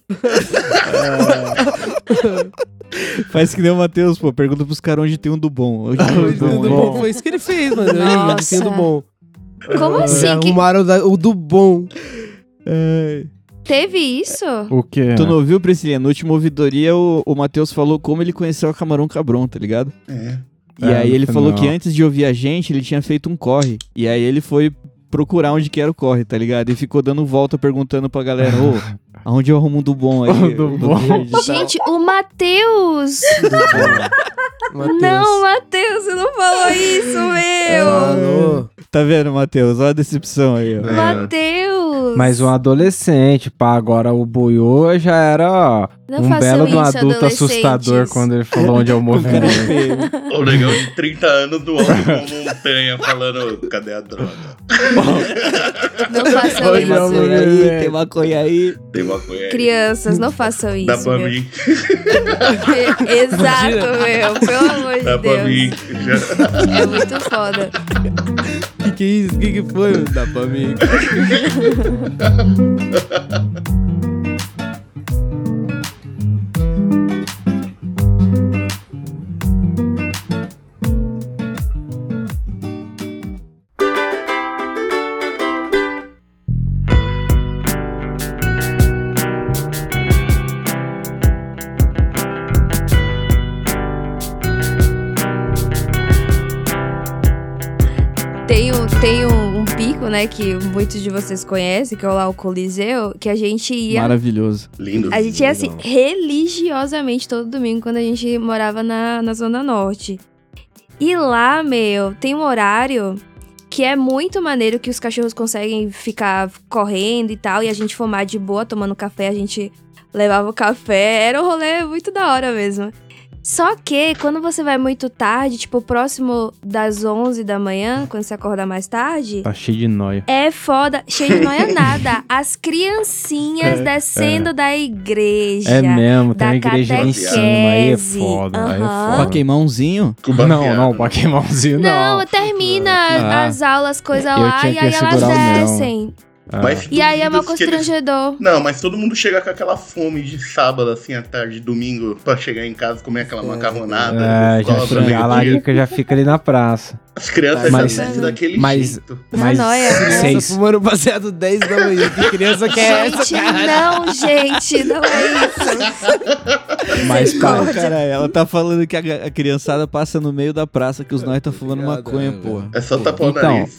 F: Faz que nem o Matheus, pô. Pergunta pros caras onde tem um do bom. Onde tem um do
G: Do
F: bom.
G: bom, foi isso que ele fez, mano.
A: Nossa.
G: Ele do bom.
A: Como assim? Que
G: Arrumaram o do bom.
F: É.
A: teve isso?
E: O quê?
F: Tu não ouviu, Priscilinha? Na última ouvidoria, o Matheus falou como ele conheceu a Camarão Cabron, tá ligado?
C: É.
F: E aí ele
E: no
F: falou
E: final.
F: que antes de ouvir a gente, ele tinha feito um corre. E aí ele foi procurar onde que era o corre, tá ligado? E ficou dando volta perguntando pra galera, ô, aonde eu arrumo um do bom aí?
E: Um do
F: O
E: bom.
F: verde e tal.
A: Gente, o Matheus!
G: Matheus.
A: Não, Matheus, você não falou isso, meu!
G: Falou.
F: Tá vendo, Matheus? Olha a decepção aí, ó.
A: Matheus!
E: Mas um adolescente, pá, agora o Boiô já era
A: Não
E: um
A: façam
E: belo de um
A: isso,
E: adulto assustador
A: adolescentes.
E: quando ele falou onde é o
F: O cara é
E: movimento.
F: feio.
C: O negão de 30 anos do alto de uma montanha falando, cadê a droga?
A: Não façam
F: Tem
E: Olha,
A: isso.
F: maconha aí, tem maconha aí.
C: Tem maconha aí.
A: Crianças, não façam isso.
C: Dá pra
A: meu.
C: mim,
A: Exato, meu. Pelo amor
C: dá
A: de
C: pra mim.
A: Deus.
C: Já.
A: É muito foda.
G: Que é isso? Que foi? Dá pra mim.
A: Tem um pico, né, que muitos de vocês conhecem, que é lá o Coliseu, que a gente ia...
F: Maravilhoso.
C: Lindo.
A: A gente ia assim, religiosamente todo domingo quando a gente morava na Zona Norte. E lá, meu, tem um horário que é muito maneiro, que os cachorros conseguem ficar correndo e tal, e a gente fumar de boa, tomando café, a gente levava o café. Era um rolê muito da hora mesmo. Só que quando você vai muito tarde, tipo, próximo das 11 da manhã, quando você acorda mais tarde,
E: Tá cheio de nóia.
A: é foda. Cheio de noia nada. As criancinhas descendo da igreja.
E: É mesmo, tem
A: da
E: uma igreja lá em cima, aí é foda. Aí é
A: Aham.
F: Pra queimar umzinho?
C: Com
E: Não,
C: baseado.
E: não, pra queimãozinho não.
A: Não, termina
E: Ah.
A: as aulas, coisa
E: Eu
A: lá,
E: tinha
A: e
E: que
A: aí elas
E: segurar o não.
A: descem.
E: Ah.
C: Mas
A: E aí é
C: duvido
A: mal
C: que eles-
A: constrangedor.
C: Não, mas todo mundo chega com aquela fome de sábado, assim, à tarde, domingo, pra chegar em casa e comer aquela macarronada.
E: É, já
C: gostosa,
E: fica, a
C: meio dia.
E: larica já fica ali na praça.
C: As crianças
E: Mas-
C: já descem daquele
E: mas-
C: jeito.
A: Na noia.
E: Vocês...
G: Fumando baseado 10 da manhã. Que criança que é essa,
A: Gente,
G: cara?
A: não, gente, não é isso.
E: Mas,
F: Cara, ela tá falando que a criançada passa no meio da praça que os nós tá fumando maconha, porra.
C: É só tapar o
E: Então,
C: nariz.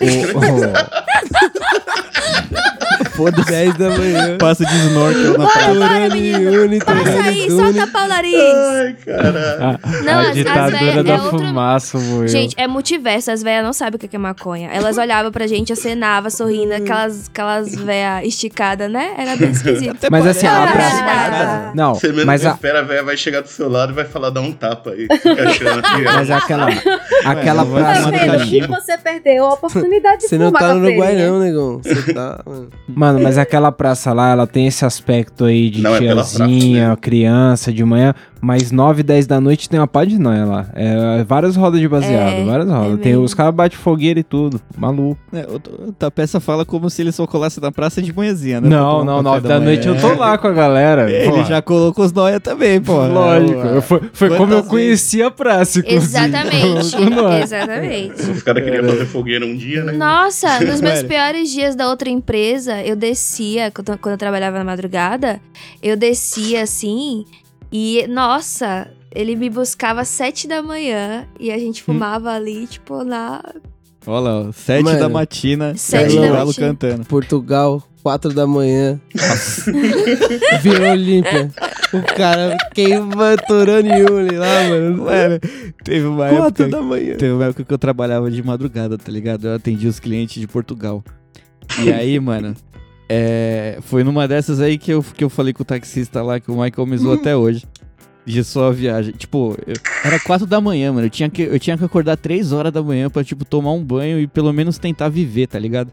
F: Foda-se.
G: 10 da manhã.
F: Passa de snorkel na praça.
A: Bora, menino. Passa aí, só tapar o nariz.
C: Ai, caralho.
A: Não,
E: a
A: as
E: ditadura
A: velhas
E: da
A: é outro-
E: fumaça, moeu.
A: Gente, é multiverso, as velhas não sabem o que é maconha. Elas olhavam pra gente, acenava, sorrindo, aquelas velhas esticadas, né? Era bem esquisito.
E: Mas assim, a
A: Ah,
E: praça... Não,
C: Você mesmo
E: mas a...
C: espera, a velha vai chegar do seu lado e vai falar, dá um tapa aí. Fica achando que
E: Mas aquela
F: não vai
E: praça...
F: tomar no cachimbo.
D: Você perdeu a oportunidade de
G: Você não
D: fumar
G: tá no
D: com a
G: Uruguai,
D: feirinha.
G: não, negão. Você tá.
E: Mano, mas aquela praça lá, ela tem esse aspecto aí de
C: Não, é pela
E: tiazinha,
C: praça,
E: criança de manhã, mas 9, 10 da noite tem uma pá de nóia lá. É, várias rodas de baseado,
A: É,
E: várias rodas. Tem,
A: mesmo.
E: os caras batem fogueira e tudo, maluco.
F: O Tapeça fala como se ele só colasse na praça de manhãzinha, né?
E: Não,
F: Pra tomar
E: não,
F: um
E: 9
F: café
E: da noite
F: manhã.
E: eu tô lá com a galera.
F: Ele
E: porra.
F: já colocou os noia também, pô.
E: Lógico, foi como eu
F: Quantas
E: conheci a praça, inclusive.
A: Exatamente,
E: Com nóia.
A: exatamente.
C: os caras queriam fazer fogueira um dia, né?
A: Nossa, nos meus
F: Velho.
A: piores dias da outra empresa, eu descia, quando eu trabalhava na madrugada, eu descia assim, e, nossa, ele me buscava às 7 da manhã, e a gente fumava ali, tipo, na...
F: Olha lá, 7
G: Mano,
F: da matina,
A: 7
G: da
F: Galo
A: matina.
F: cantando.
G: Portugal, 4 da manhã. Vila Olímpia. O cara queima Toraniuli lá, mano.
F: Mano, teve uma
G: 4
F: época...
G: da manhã.
F: Teve uma época que eu trabalhava de madrugada, tá ligado? Eu atendia os clientes de Portugal. E aí, mano, foi numa dessas aí que eu falei com o taxista lá, que o Michael me zoou até hoje. De só a viagem. Tipo, era 4 da manhã, mano. Eu tinha que acordar 3 horas da manhã pra, tipo, tomar um banho e pelo menos tentar viver, tá ligado?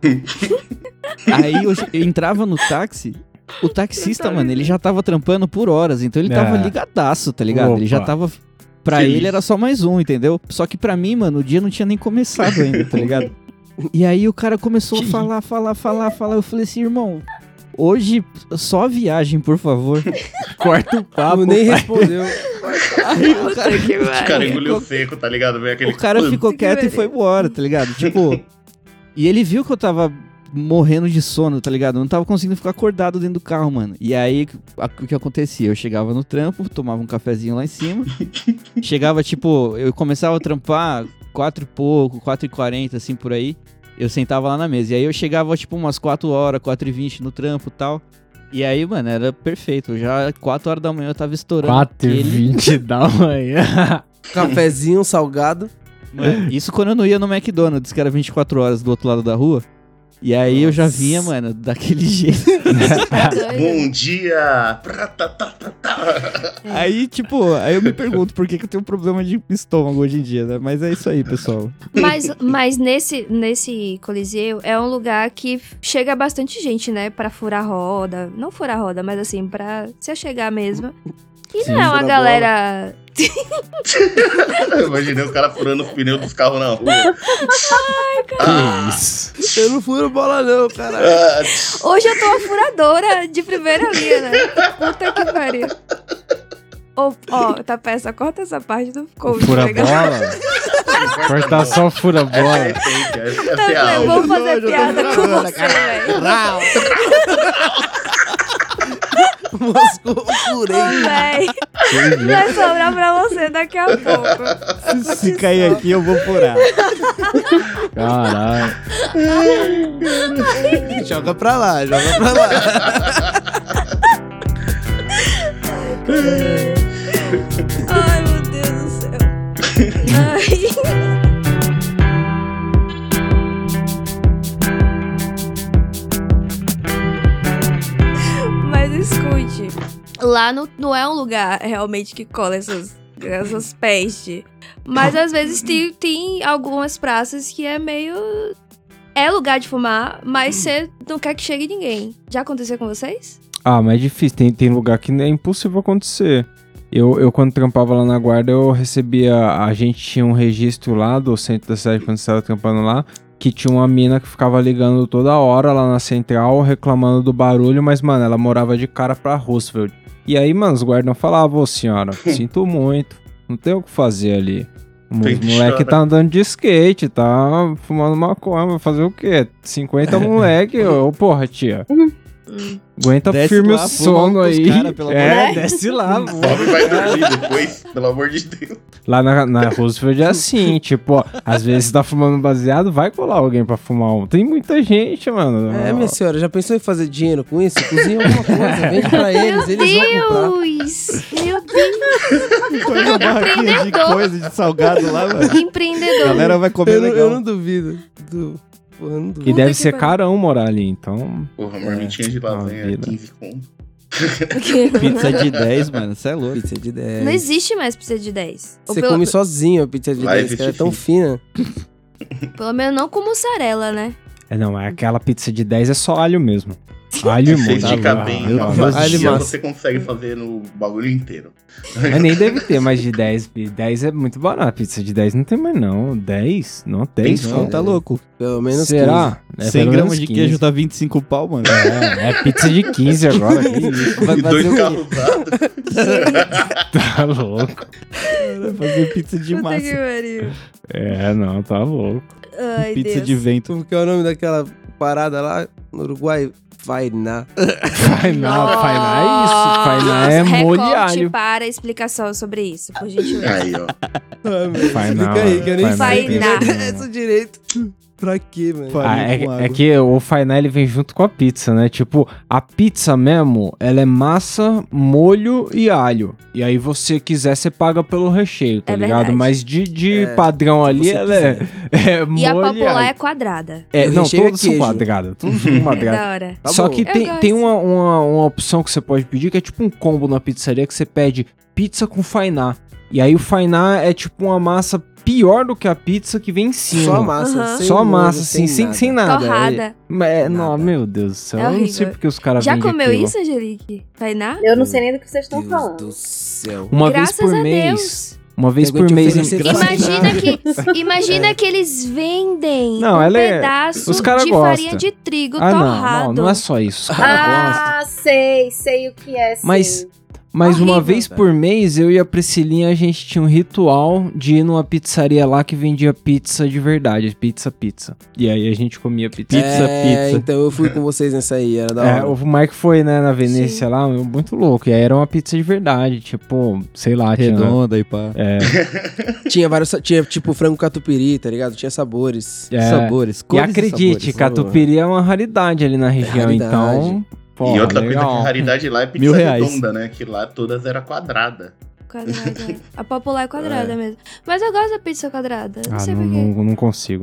F: Aí eu entrava no táxi. O taxista, mano, ele já tava trampando por horas, então ele tava ligadaço, tá ligado? Ele já
E: Opa.
F: tava... Pra
C: Feliz.
F: ele era só mais um, entendeu? Só que pra mim, mano, o dia não tinha nem começado ainda, tá ligado? E aí o cara começou a falar. Eu falei assim, irmão, hoje só a viagem, por favor.
E: Corta o papo.
G: Nem respondeu.
F: Aí o cara,
C: Os caras engoliu seco, tá ligado? Vem aquele...
F: o cara ficou quieto e foi embora, tá ligado? Tipo, e ele viu que eu tava morrendo de sono, tá ligado? Eu não tava conseguindo ficar acordado dentro do carro, mano. E aí, o que acontecia? Eu chegava no trampo, tomava um cafezinho lá em cima. Chegava, tipo, eu começava a trampar 4 e pouco, 4h40, assim, por aí. Eu sentava lá na mesa. E aí eu chegava, tipo, umas 4 horas, 4h20 no trampo e tal. E aí, mano, era perfeito. Já 4 horas da manhã eu tava estourando
E: 4h20 da manhã.
G: Cafezinho salgado.
F: Mano, isso quando eu não ia no McDonald's, que era 24 horas do outro lado da rua. E aí eu já vinha, mano, daquele jeito.
C: Bom dia!
F: Aí, tipo, aí eu me pergunto por que eu tenho problema de estômago hoje em dia, né? Mas é isso aí, pessoal.
A: Mas nesse Coliseu é um lugar que chega bastante gente, né? Pra furar roda. Não furar roda, mas assim, pra se chegar mesmo. E
G: Sim,
A: não é uma
G: furar
A: galera...
C: Imaginei os caras furando os pneus dos carros na rua.
E: Que isso?
G: Eu não furo bola, não, cara.
C: Ah,
A: Hoje eu tô uma furadora de primeira linha, né? Puta que pariu. Ó, tá peça, corta essa parte do coach.
E: Fura
A: legal?
E: bola? Cortar só o fura bola.
C: essa é a aula.
A: Vamos fazer piada com você, velho.
G: Moscou, furei.
A: Véi, vai sobrar pra você daqui a pouco.
F: Se cair aqui, eu vou furar.
E: Caralho.
G: Joga pra lá, joga pra lá.
A: Ai, meu Deus do céu. Ai. Mas escute, lá não é um lugar realmente que cola essas essas pestes. Mas às vezes tem algumas praças que é meio... É lugar de fumar, mas você não quer que chegue ninguém. Já aconteceu com vocês?
E: Ah, mas é difícil. Tem lugar que é impossível acontecer. Eu quando trampava lá na guarda, eu recebia... A gente tinha um registro lá do centro da cidade, quando você estava trampando lá, que tinha uma mina que ficava ligando toda hora lá na central, reclamando do barulho, mas, mano, ela morava de cara pra Roosevelt. E aí, mano, os guardas falavam, ô senhora, sinto muito, não tem o que fazer ali. O moleque tá andando de skate, tá fumando maconha, vai fazer o quê? 50 moleque, ô porra, tia. Aguenta
F: Desce
E: firme
F: lá,
E: o sono
F: fuma com os
E: aí.
F: cara, pelo amor de Deus.
E: Desce lá,
C: O pobre vai dormir depois, pelo amor de Deus.
E: Lá na Roosevelt é assim, tipo, ó, às vezes você tá fumando baseado, vai colar alguém pra fumar um. Tem muita gente, mano.
G: É, minha senhora, já pensou em fazer dinheiro com isso? Cozinha alguma coisa, vende pra eles, eles vão comprar.
A: Meu Deus!
F: Põe uma barraquinha de coisa, de salgado lá, mano. A
A: Empreendedor.
F: galera vai comer
G: Eu
F: legal.
G: não duvido. Porra, eu não duvido.
E: E deve
A: que
E: ser
A: pariu.
E: carão morar ali, então...
C: Porra, marmitinha de lasanha,
E: vida.
C: 15 conto.
F: Pizza de 10, mano, você é louco.
G: Pizza de 10.
A: Não existe mais pizza de 10. Ou
G: Você
A: pelo,
G: come sozinho a pizza de
C: Vai
G: 10, que ela é
C: existir
G: tão
C: sim.
G: fina.
A: pelo menos não com mussarela, né?
E: É, não, é aquela pizza de 10 é só alho mesmo. Alho e
C: Você
E: molho.
C: estica
E: Ah,
C: bem,
E: meu
C: uma
E: Deus.
G: Alho e
C: fatia
G: massa.
C: você consegue fazer no bagulho inteiro.
E: Mas nem deve ter mais de 10. 10 é muito barato. Pizza de 10 não tem mais, não. 10? Não, 10
F: Não, tá louco.
G: Pelo menos
E: Será? É,
F: 100
E: pelo
F: gramas
E: menos
F: de
E: 15.
F: queijo tá 25 pau, mano.
E: É pizza de 15 agora. Que isso?
F: Vai
C: E
F: fazer
C: 2
F: o quê?
C: carros usados.
E: Tá louco.
F: Vai fazer pizza de
A: Puta que
F: massa.
A: pariu.
E: É, não, tá louco.
A: Ai,
F: Pizza
A: Deus.
F: de vento.
G: Como que é o nome daquela parada lá no Uruguai? Fainá.
E: Fainá é isso. Fainá é molho e
A: Recorte
E: alho.
A: para explicação sobre isso, por gentileza.
C: Aí, ó.
E: Fainá,
G: Explica aí, que eu nem
A: Fainá.
G: sei que merda é essa direito. Pra quê, mano?
E: Ah,
F: Farinha com
E: é
F: água.
E: que o Fainá ele vem junto com a pizza, né? Tipo, a pizza mesmo, ela é massa, molho e alho. E aí você quiser, você paga pelo recheio, tá
A: É
E: ligado?
A: verdade.
E: Mas de
G: É,
E: padrão ali,
G: você
E: ela é
A: E a
E: molho
A: popular
E: alho.
A: é quadrada.
E: É,
G: O
E: não,
G: recheio é
E: todas são
G: queijo.
E: quadradas. Todas são quadradas.
A: Da hora.
G: Tá
E: Só
G: bom.
E: que
A: Eu
E: tem
A: gosto.
E: uma opção que você pode pedir, que é tipo um combo na pizzaria, que você pede pizza com fainá. E aí o fainá é tipo uma massa pior do que a pizza que vem em cima.
G: Só massa,
A: Aham.
G: sem
E: Só
G: molho,
E: massa, assim, sem nada.
A: Torrada.
E: Não,
G: Nada.
E: meu Deus do céu.
A: É
E: Eu não sei
A: horrível.
E: porque os caras
A: Já
E: vendem
A: comeu
E: aquilo.
A: isso, Angelique? Tainá?
D: Eu não sei nem do que vocês estão
G: Deus
D: falando.
G: do céu.
E: Uma
A: Graças
E: vez por
A: a
E: mês.
A: Deus.
E: Uma vez
G: Negócio
E: por
G: de
E: mês.
G: oferecer
A: Imagina que eles vendem
E: Não,
A: um
E: ela é-
A: pedaço
E: os cara
A: de
E: gostam.
A: farinha de trigo
E: Ah,
A: torrado.
E: não é só isso. Os caras gostam.
D: Ah, sei o que é, sim.
E: Mas uma
A: horrível,
E: vez por mês, eu e a Priscilinha, a gente tinha um ritual de ir numa pizzaria lá que vendia pizza de verdade. Pizza. E aí a gente comia pizza.
F: Pizza.
G: Então eu fui com vocês nessa aí, era da
E: É,
G: hora.
E: o Mike foi, né, na Venécia lá, muito louco. E aí era uma pizza de verdade, tipo, sei lá, tinha...
F: Redonda e pá.
G: Tinha vários, tinha tipo frango catupiry, tá ligado? Tinha sabores.
E: É.
F: Sabores.
E: E
F: Cores
E: acredite,
F: sabores.
E: catupiry é uma raridade ali na região,
G: raridade.
E: então... Pô,
C: E outra coisa que
E: legal.
C: a raridade lá é pizza
F: R$1.000.
C: redonda, né? Que lá todas era quadrada.
A: Quadrada. A popular é quadrada mesmo. Mas eu gosto da pizza quadrada. Não
E: Ah,
A: sei
E: não,
A: porquê.
E: não consigo.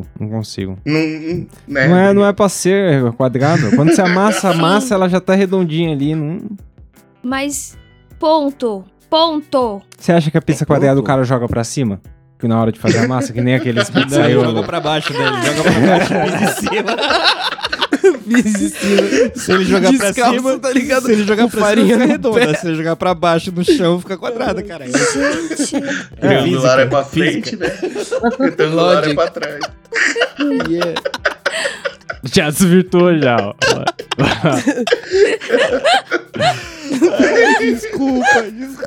C: Né?
E: Não é pra ser quadrado. Quando você amassa a massa, ela já tá redondinha ali. Não...
A: Mas, ponto.
E: Você acha que a pizza
G: Ponto.
E: quadrada o cara joga pra cima? Que na hora de fazer a massa, que nem aqueles
F: Não, ele
E: pizzaiolo.
F: joga pra baixo, né? Ele joga pra baixo, pisa em cima. Se ele jogar pra
G: Descalço,
F: cima,
G: tá ligado?
F: se ele jogar
G: Com
F: pra cima,
G: farinha
F: fica
G: no
F: redonda. Se ele jogar pra baixo no chão, fica quadrada, cara.
A: Gente.
C: Triangular é pra frente, né? Retangular é pra trás.
G: Yeah.
E: Já desvirtuou já, ó.
F: Desculpa.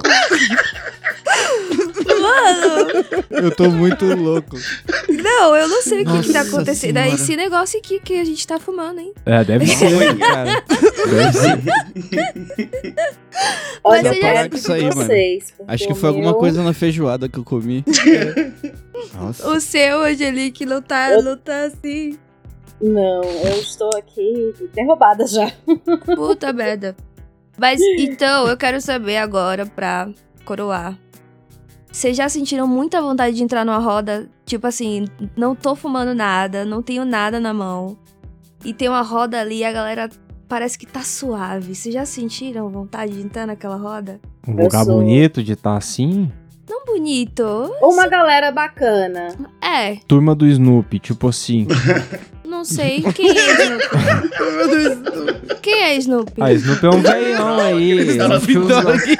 A: Mano,
F: Eu tô muito louco.
A: não, eu não sei o que tá
F: Nossa
A: acontecendo. É
F: Senhora.
A: esse negócio aqui que a gente tá fumando, hein?
E: É, deve ser, cara. Deve ser.
D: Olha,
A: Mas
D: eu
A: você já-
D: quero
F: com isso aí, mano.
D: vocês, porque
F: Acho que
D: o
F: foi alguma
D: meu-
F: coisa na feijoada que eu comi. Nossa.
A: O seu, Angelique, não tá assim.
D: Não, eu estou aqui derrubada já.
A: Puta merda. Mas, então, eu quero saber agora, pra coroar. Vocês já sentiram muita vontade de entrar numa roda? Tipo assim, não tô fumando nada, não tenho nada na mão. E tem uma roda ali e a galera parece que tá suave. Vocês já sentiram vontade de entrar naquela roda?
E: Um lugar
D: sou-
E: bonito de estar assim.
A: Não bonito.
D: Ou uma galera bacana.
A: É,
E: Turma do Snoopy, tipo assim.
A: não sei. Quem é Snoopy? Quem é Snoopy?
E: Ah, Snoopy é um velhão aí.
C: Snoopy
G: Dogg.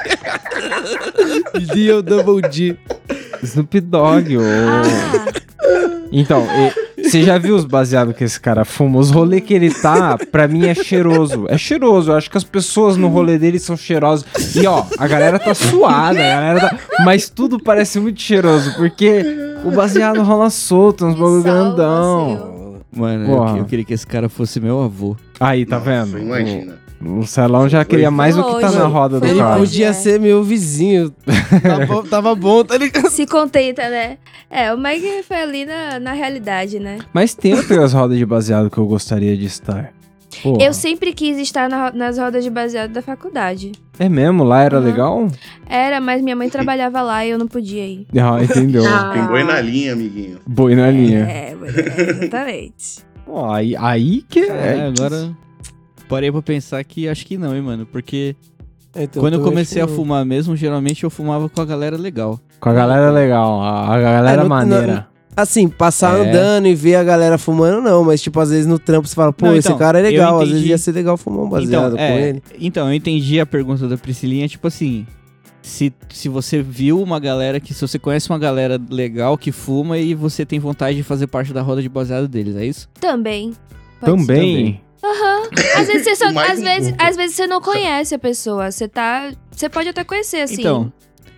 G: Dio Double D.
E: Snoop Dogg, ô.
A: Ah,
E: Então, você já viu os baseados que esse cara fuma? Os rolês que ele tá, pra mim é cheiroso. É cheiroso, eu acho que as pessoas no rolê dele são cheirosas. E ó, a galera tá suada, mas tudo parece muito cheiroso, porque o baseado rola solto, uns bagulho
A: salva,
E: grandão.
F: Mano,
E: Porra.
F: eu queria que esse cara fosse meu avô.
E: Aí, tá
C: Nossa,
E: vendo?
C: imagina.
E: O Celão já queria mais o que tá
A: longe,
E: na roda do
A: foi
G: Ele
E: carro.
A: longe.
G: podia ser meu vizinho. Tava bom, tá ligado?
A: Se contenta, né? É, o Mike foi ali na realidade, né?
E: Mas tem outras rodas de baseado que eu gostaria de estar. Porra.
A: Eu sempre quis estar nas rodas de baseado da faculdade.
E: É mesmo? Lá era
A: Uhum.
E: legal?
A: Era, mas minha mãe trabalhava lá e eu não podia ir.
E: Ah, entendeu.
C: Tem boi na linha, amiguinho.
E: Boi na linha.
A: Exatamente.
E: Pô, aí que é.
F: Agora parei pra pensar que acho que não, hein, mano. Porque
G: Então,
F: quando eu
G: também
F: comecei a
G: acho que não.
F: fumar mesmo, geralmente eu fumava com a galera legal.
E: Com a galera legal, a galera
G: É,
E: maneira.
G: Assim, passar
F: É.
G: andando e ver a galera fumando, não. Mas, tipo, às vezes no trampo você fala, pô,
F: Não,
G: esse
F: então,
G: cara é legal.
F: eu
G: Às vezes
F: entendi.
G: ia ser legal fumar um baseado com ele.
F: Então, eu entendi a pergunta da Priscilinha, tipo assim, se você viu uma galera se você conhece uma galera legal que fuma e você tem vontade de fazer parte da roda de baseado deles, é isso?
A: Também. Pode ser.
E: Também.
A: Às vezes você só,
C: Mais um pouco.
A: às vezes você não conhece a pessoa. Você pode até conhecer, assim.
F: Então,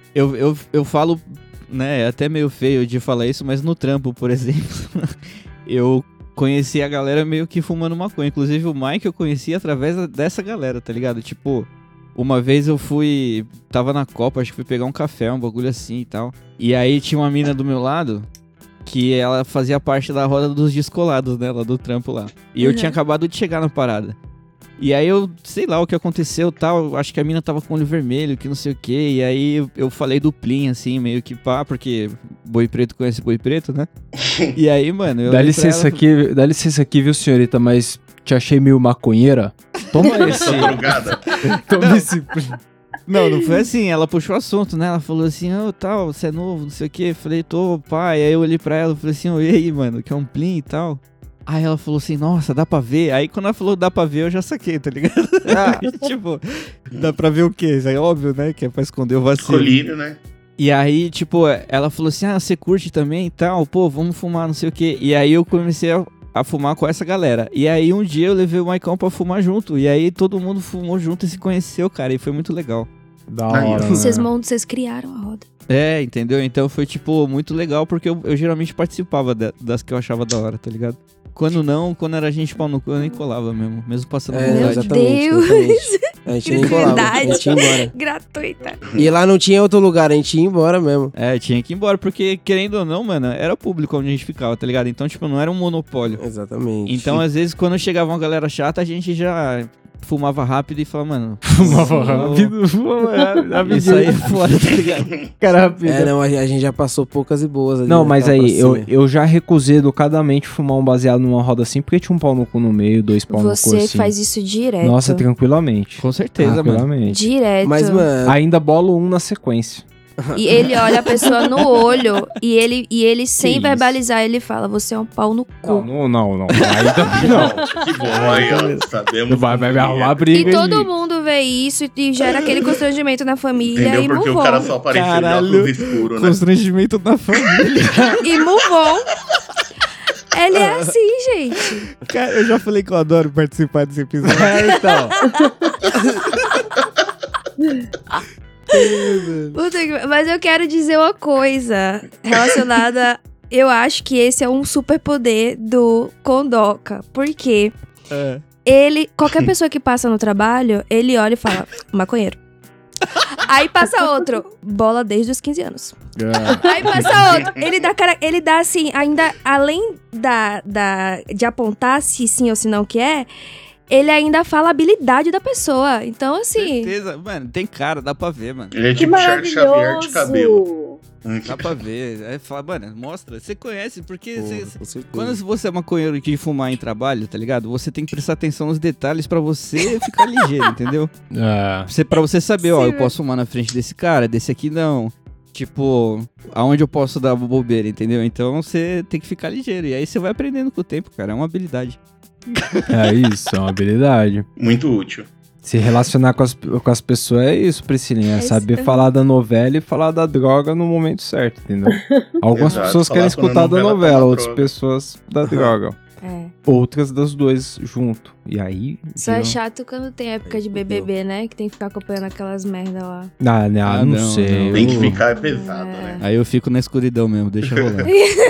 F: eu falo, né, é até meio feio de falar isso, mas no trampo, por exemplo, eu conheci a galera meio que fumando maconha. Inclusive o Mike eu conheci através dessa galera, tá ligado? Tipo, uma vez eu tava na Copa, acho que fui pegar um café, um bagulho assim e tal. E aí tinha uma mina do meu lado que ela fazia parte da roda dos descolados, né, lá do trampo lá. E eu
A: Uhum.
F: tinha acabado de chegar na parada. E aí eu, sei lá o que aconteceu tal, acho que a mina tava com olho vermelho, que não sei o que. E aí eu falei duplinha, assim, meio que pá, porque boi preto conhece boi preto, né? E aí, mano, eu
E: Dá
F: olhei pra
E: licença aqui, viu, senhorita, mas te achei meio maconheira. Toma esse.
C: Tô drogada.
E: Toma esse.
F: Não foi assim, ela puxou o assunto, né? Ela falou assim, tal, você é novo, não sei o que. Eu falei, tô, pai. Aí eu olhei pra ela e falei assim, e aí, mano, quer um plim e tal? Aí ela falou assim, nossa, dá pra ver? Aí quando ela falou dá pra ver, eu já saquei, tá ligado? Tipo, dá pra ver o quê? Isso aí é óbvio, né? Que é pra esconder o vacilo.
C: Colírio, né?
F: E aí, tipo, ela falou assim, você curte também e tal? Pô, vamos fumar, não sei o quê. E aí eu comecei a fumar com essa galera. E aí um dia eu levei o Maicon pra fumar junto. E aí todo mundo fumou junto e se conheceu, cara. E foi muito legal.
E: Da
C: Aí,
E: hora.
C: ó.
E: Né?
A: Vocês criaram a roda.
F: É, entendeu? Então foi, tipo, muito legal, porque eu geralmente participava das que eu achava da hora, tá ligado? Quando era gente pau no cu, eu nem colava mesmo passando
G: É,
A: Meu
F: vontade.
G: exatamente,
A: Deus.
G: exatamente. A gente nem colava, a gente ia embora.
A: Gratuita.
G: E lá não tinha outro lugar, a gente ia embora mesmo.
F: É, tinha que ir embora, porque querendo ou não, mano, era público onde a gente ficava, tá ligado? Então, tipo, não era um monopólio.
G: Exatamente.
F: Então, às vezes, quando chegava uma galera chata, a gente já fumava rápido e falava, mano...
E: Fumava rápido.
F: Isso aí é foda, tá ligado?
E: Cara, rápido.
G: É, não, a gente já passou poucas e boas ali.
E: Não,
G: né,
E: mas
G: tava pra
E: aí,
G: cima.
E: eu já recusei educadamente fumar um baseado numa roda assim, porque tinha um pau no cu no meio, 2 pau no cu
A: Você
E: assim.
A: faz isso direto.
E: Nossa, tranquilamente.
F: Com certeza, mano.
E: Tranquilamente.
A: Direto.
G: Mas, mano,
E: Ainda bolo um na sequência.
A: E ele olha a pessoa no olho e ele sem
E: isso?
A: verbalizar, ele fala, você é um pau no cu.
E: Não. Ainda não.
C: Que bom, aí, ó. Sabemos.
E: Vai me
C: como
E: arrumar
C: é.
E: briga
A: E todo
E: aí.
A: mundo vê isso e gera aquele constrangimento na família
C: Entendeu?
A: e
C: Porque
A: move
C: o cara
A: on.
C: só apareceu
F: Caralho.
C: de óculos escuros, né?
F: Constrangimento da família.
A: E move on. Ele é assim, gente.
F: Cara, eu já falei que eu adoro participar desse episódio.
E: Então.
A: Puta que- Mas eu quero dizer uma coisa relacionada. Eu acho que esse é um superpoder do Kondoka. Por quê?
F: É.
A: Qualquer pessoa que passa no trabalho, ele olha e fala, maconheiro. Aí passa outro, bola desde os 15 anos. Aí passa outro, ele dá assim, ainda além de apontar se sim ou se não que é, ele ainda fala a habilidade da pessoa. Então, assim,
F: Certeza, mano, tem cara, dá pra ver, mano.
C: Ele é
D: Que
C: tipo Charles Xavier de cabelo.
D: maravilhoso!
F: Dá pra ver. Aí fala, mano, mostra. Você conhece, porque
G: Pô,
F: você-
G: com certeza.
F: quando você é maconheiro de fumar em trabalho, tá ligado? Você tem que prestar atenção nos detalhes pra você ficar ligeiro, entendeu?
E: É.
F: Pra você saber, ó,
A: Sim,
F: eu posso fumar na frente desse cara, desse aqui não. tipo, aonde eu posso dar bobeira, entendeu? Então você tem que ficar ligeiro. E aí você vai aprendendo com o tempo, cara. É uma habilidade.
E: É isso, é uma habilidade.
C: Muito útil.
E: Se relacionar com as pessoas é isso, Priscilinha. É
A: isso
E: saber
A: mesmo.
E: falar da novela e falar da droga no momento certo, entendeu? Algumas
C: Exato,
E: pessoas
C: falar
E: querem
C: quando a
E: escutar da
C: novela tá
E: novela,
C: na
E: outras
C: droga.
E: pessoas da droga.
A: É.
E: Outras das duas junto. E aí...
A: Só é
E: viu?
A: chato quando tem época de BBB, né? Que tem que ficar acompanhando aquelas merda lá.
E: Ah, né,
F: Ah,
E: não
F: não,
E: sei.
F: não.
C: Tem que
E: eu-
C: ficar é pesado, né?
F: Aí eu fico na escuridão mesmo, deixa rolar.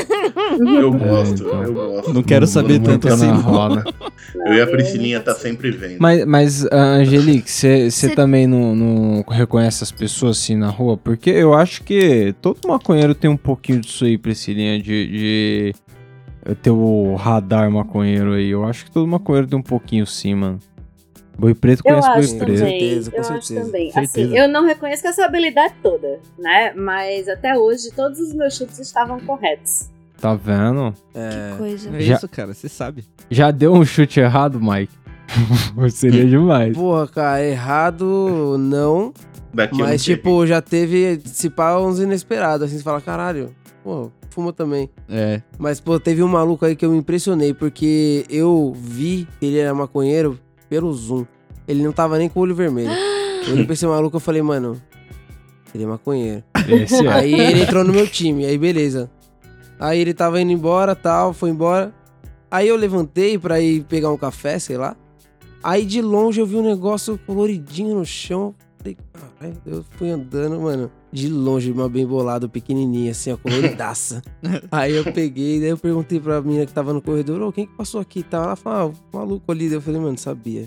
C: Eu gosto,
E: então.
C: eu gosto.
F: Não quero saber
E: Não
F: tanto
E: entra
F: assim,
E: na
F: não.
E: roda.
C: Eu e a Priscilinha tá sempre vendo.
E: Mas Angelique, você
A: Cê-
E: também não reconhece as pessoas assim na rua? Porque eu acho que todo maconheiro tem um pouquinho disso aí, Priscilinha, de ter o radar maconheiro aí. Eu acho que todo maconheiro tem um pouquinho sim, mano. Boi preto
D: Eu
E: conhece boi
D: acho
E: preto.
D: também,
G: certeza, com
D: eu acho
G: certeza.
D: também.
F: Certeza.
D: Assim, eu não reconheço essa habilidade toda, né? Mas até hoje todos os meus chutes estavam corretos.
E: Tá vendo?
A: Que coisa.
F: É
E: Já-
F: isso, cara, você sabe.
E: Já deu um chute errado, Mike? Seria demais.
G: Porra, cara, errado não.
C: Daqui eu não
G: Mas,
C: sei.
G: tipo, já teve, se pá, uns inesperados. Assim, você fala, caralho, pô, fuma também.
F: É.
G: Mas, pô, teve um maluco aí que eu me impressionei, porque eu vi que ele era maconheiro pelo Zoom. Ele não tava nem com o olho vermelho. Eu olhei pra esse maluco e falei, mano, ele é maconheiro.
E: Esse é.
G: Aí ele entrou no meu time, aí beleza. Aí ele tava indo embora, tal, foi embora. Aí eu levantei pra ir pegar um café, sei lá. Aí de longe eu vi um negócio coloridinho no chão. Falei, caralho, eu fui andando, mano. De longe, uma bem bolada, pequenininha, assim, ó, coloridaça. Aí eu peguei, daí eu perguntei pra menina que tava no corredor, ô, quem que passou aqui e tal? Ela falou, ah, o maluco ali. Daí eu falei, mano, sabia.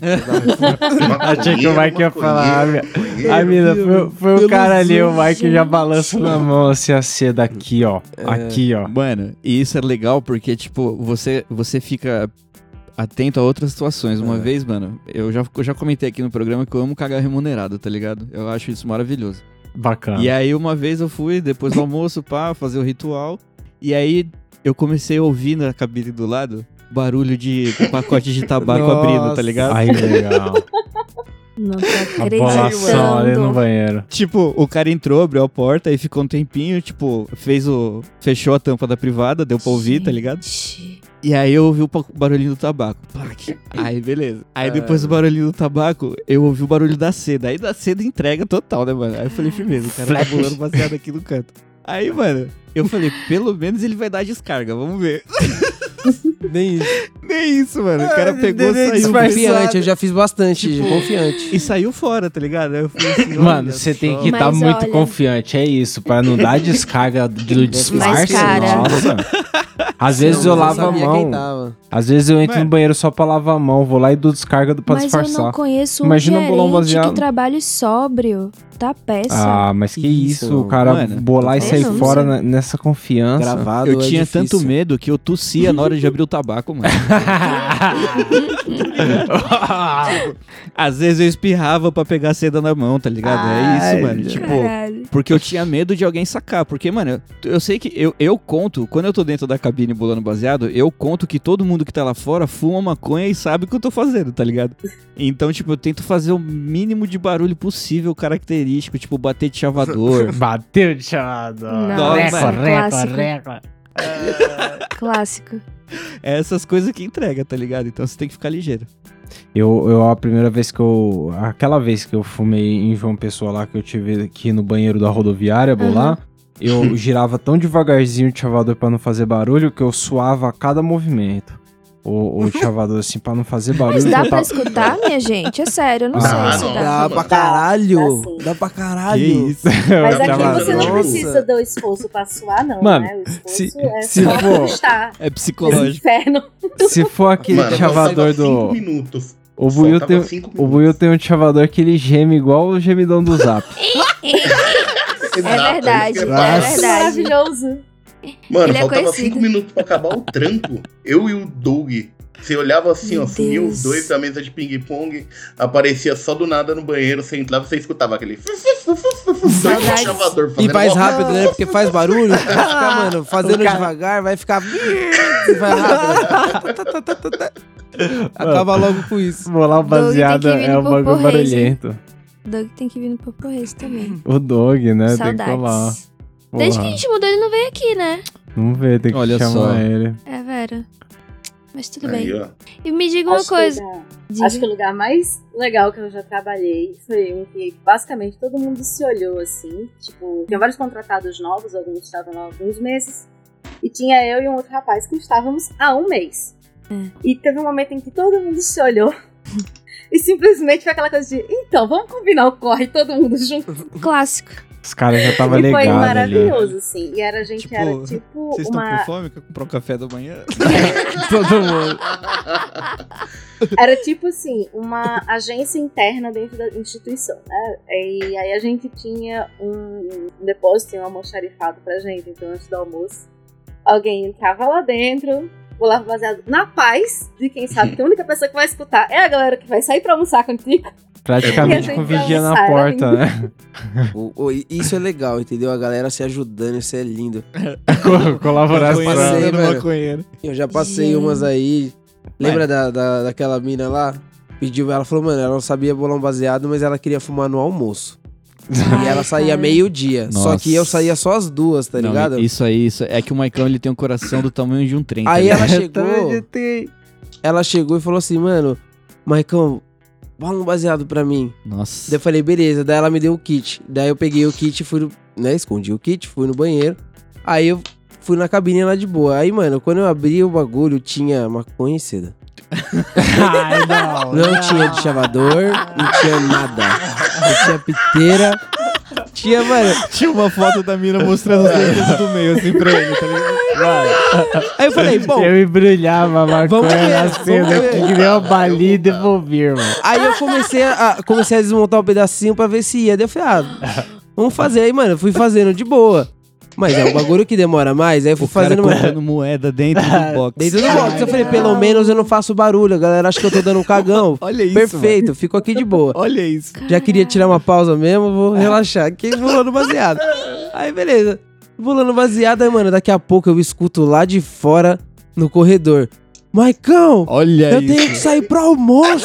E: Achei que o Mike ia falar. A mina, foi o
G: Pelo
E: cara ali, o
G: Zoom,
E: Mike já balança na mão assim, a seda aqui, ó. Aqui, ó.
F: Mano, e isso é legal porque, tipo, você fica atento a outras situações. Uma vez, mano, eu já comentei aqui no programa que eu amo cagar remunerado, tá ligado? Eu acho isso maravilhoso.
E: Bacana.
F: E aí, uma vez eu fui, depois do almoço, pá, fazer o ritual. E aí, eu comecei a ouvir na cabine do lado barulho de pacote de tabaco
G: Nossa.
F: abrindo, tá ligado?
E: Aí, legal.
A: Não tô
E: A bolação ali no
A: acreditando.
E: banheiro.
F: Tipo, o cara entrou, abriu a porta, aí ficou um tempinho, tipo, fechou a tampa da privada, deu pra ouvir, tá ligado?
A: Gente.
F: E aí eu ouvi o barulhinho do tabaco. Plac. Aí, beleza. Aí depois do barulhinho do tabaco, eu ouvi o barulho da seda. Aí da seda entrega total, né, mano? Aí eu falei, firmeza, o cara tá bolando baseado aqui no canto. Aí, mano, eu falei, pelo menos ele vai dar descarga, vamos ver.
G: Nem isso.
F: Nem isso, mano. O cara pegou,
E: nem
F: saiu
G: Confiante, eu já fiz bastante,
F: Tipo,
G: confiante.
F: e saiu fora, tá ligado? Aí eu falei assim,
E: Mano,
F: olha
E: você tem
F: só.
E: que estar
A: Mas
E: muito
A: olha-
E: confiante, é isso. Pra não dar descarga do disfarce,
A: cara-
E: nossa. Às vezes eu
G: Não,
E: lavo a
G: sabia quem
E: mão.
G: tava.
E: Às vezes eu entro
F: Mano.
E: no banheiro só pra lavar a mão. Vou lá e dou descarga pra
A: Mas eu
E: disfarçar.
A: não conheço um
E: Imagina bolar um
A: gerente
E: baseado.
A: que trabalhe sóbrio. Tá péssimo.
E: Ah, mas que isso,
G: Isso,
E: o cara
F: mano.
E: bolar e sair
A: Eu não
E: fora
A: sei.
E: nessa confiança.
G: Gravado
F: Eu
G: é
F: tinha
G: difícil.
F: tanto medo que eu tossia na hora de abrir o tabaco, mano. Às vezes eu espirrava pra pegar a seda na mão, tá ligado? É isso, mano. Tipo,
A: Caralho.
F: porque eu tinha medo de alguém sacar. Porque, mano, eu sei que eu conto, quando eu tô dentro da cabine bolando baseado, eu conto que todo mundo que tá lá fora fuma maconha e sabe o que eu tô fazendo, tá ligado? Então, tipo, eu tento fazer o mínimo de barulho possível, característico, tipo, bater de chavador.
E: Bateu de chavador.
A: Não,
F: Reco,
A: clássico. Clássico.
F: É essas coisas que entrega, tá ligado? Então você tem que ficar ligeiro.
E: Eu a primeira vez que eu... Aquela vez que eu fumei em João Pessoa lá, que eu tive aqui no banheiro da rodoviária, bolar, eu girava tão devagarzinho o chavador pra não fazer barulho que eu suava a cada movimento. O chavador assim, pra não fazer barulho.
A: Mas dá
E: eu
A: pra
E: tava-
A: escutar, minha gente? É sério, eu não sei
C: Ah,
A: se
C: não.
A: dá.
G: Dá pra caralho.
D: Dá sim.
G: Dá pra
F: Que
G: caralho.
F: isso?
D: Mas
E: Eu
D: aqui
E: tava-
D: você não
G: Nossa.
D: precisa do esforço pra suar, não,
E: Mano,
D: né? O esforço
E: se-
D: é
E: se
D: só
E: for-
D: estar
F: É
D: nesse
F: psicológico.
D: inferno.
E: Se for aquele
C: Mano,
E: chavador
C: faltava 5
E: do...
C: minutos.
E: O Buiu
C: Faltava
E: tem,
C: 5
E: o Buiu tem um chavador que ele geme igual o gemidão do Zap.
A: É verdade, é
E: Nossa.
A: verdade.
D: Maravilhoso.
C: Mano,
A: Ele é
C: faltava
A: conhecido.
C: 5 minutos pra acabar o trampo. Eu e o Doug. Você olhava assim,
A: Meu
C: ó, sumia
A: Deus.
C: os dois da mesa de ping-pong, aparecia só do nada no banheiro, você entrava e você escutava aquele.
A: Saudades.
C: Chavador
G: E
C: fazendo
G: faz
C: uma-
G: rápido, né? Porque faz barulho. Vai ficar, mano, fazendo devagar, vai ficar. Vai rápido. Acaba logo com isso.
E: Bolar o
A: Doug tem
E: baseado
A: que vir
E: é
A: no
E: um bagulho
A: Poporreis, hein?
E: barulhento.
A: Doug tem que vir no Poporreis também.
E: O Dog, né? Tem que
A: Saudades.
E: colar.
A: Desde que a gente mudou, ele não veio aqui, né?
E: Vamos ver, tem que
F: Olha
E: chamar
F: só.
E: ele.
A: É, Vera. Mas tudo
C: Aí,
A: bem.
C: ó.
A: E me diga uma coisa.
D: Acho que o lugar mais legal que eu já trabalhei foi um que basicamente todo mundo se olhou assim. Tipo, tinha vários contratados novos, alguns estavam há alguns meses. E tinha eu e um outro rapaz que estávamos há um mês. E teve um momento em que todo mundo se olhou. E simplesmente foi aquela coisa de, então, vamos combinar o corre todo mundo junto.
A: Clássico.
E: Os caras já estavam
D: E foi
E: ligados ali.
D: maravilhoso, assim. E era, a gente
F: Tipo,
D: era tipo
F: Vocês estão
D: uma...
F: com fome? Quer comprar um café da manhã?
E: Todo mundo.
D: Era tipo assim, uma agência interna dentro da instituição, né? E aí a gente tinha um depósito e um almoxarifado pra gente. Então, antes do almoço, alguém entrava lá dentro, bolava baseado na paz de quem sabe que a única pessoa que vai escutar é a galera que vai sair pra almoçar contigo.
E: Praticamente
D: E a
E: com
D: gente
E: vigia na
D: almoçar, era
E: porta, né?
G: Isso é legal, entendeu? A galera se ajudando, isso é lindo.
E: Colaboração.
G: Passei, velho.
F: maconheiro.
G: Eu já passei
A: Gente.
G: umas aí. Lembra daquela mina lá? Pediu, ela falou, mano, ela não sabia bolar um baseado, mas ela queria fumar no almoço. E ela saía
A: cara.
G: meio-dia. Só
F: Nossa.
G: que eu saía só às 2, tá
F: Não,
G: ligado?
F: isso é que o Maicon ele tem um coração do tamanho de um trem. tá
G: Aí
F: ligado?
G: ela chegou e falou assim, mano, Maicon, bola um baseado pra mim.
F: Nossa.
G: Daí eu falei, beleza. Daí ela me deu o kit. Daí eu peguei o kit e fui, escondi o kit, fui no banheiro. Aí eu fui na cabine lá de boa. Aí, mano, quando eu abri o bagulho, tinha maconha e seda.
E: Ai, não.
G: Não tinha de chavador, não tinha nada. Não tinha piteira. Tinha, mano.
F: Tinha uma foto da mina mostrando os dedos do meio assim pra ele, tá ligado?
G: Aí eu falei, bom.
E: Eu embrulhava a
G: Vamos
E: maconha
G: ver,
E: na
G: vamos
E: cena,
G: ver.
E: eu queria uma balinha e devolvi, irmão.
G: Aí eu comecei a desmontar um pedacinho pra ver se ia. Daí eu falei, vamos fazer. Aí, mano, eu fui fazendo de boa. Mas é um bagulho que demora mais. Aí eu fui
F: O cara
G: fazendo, mano.
F: colocando moeda dentro do box.
G: Dentro do box. Eu falei, pelo menos eu não faço barulho. A galera acha que eu tô dando um cagão.
F: Olha isso,
G: Perfeito, fico aqui de boa.
F: Olha isso.
G: Já queria tirar uma pausa mesmo, vou relaxar aqui, pulando baseado. Aí, beleza. Pulando baseado, aí, mano, daqui a pouco eu escuto lá de fora, no corredor. Maicão,
F: Olha
G: eu
F: isso.
G: tenho que sair pro almoço.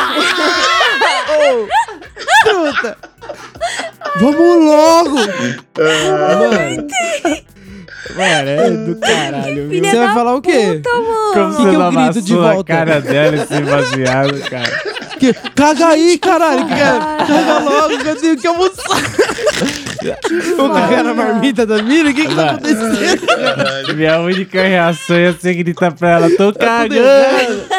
G: Ô, truta. Vamos logo. Mano,
F: Mano, é do caralho, viu?
A: Filha
G: você vai
A: da
G: falar o quê?
A: puta, mano.
E: Como
G: que
E: você
G: eu
E: não
G: grito de
E: amassou a
G: volta?
E: cara dela esse baseado, cara.
G: Caga aí, caralho. Caga logo, que eu tenho que almoçar. Vou cagar na marmita da mina? O que tá acontecendo?
E: Minha única reação ia ser gritar pra ela, tô cagando.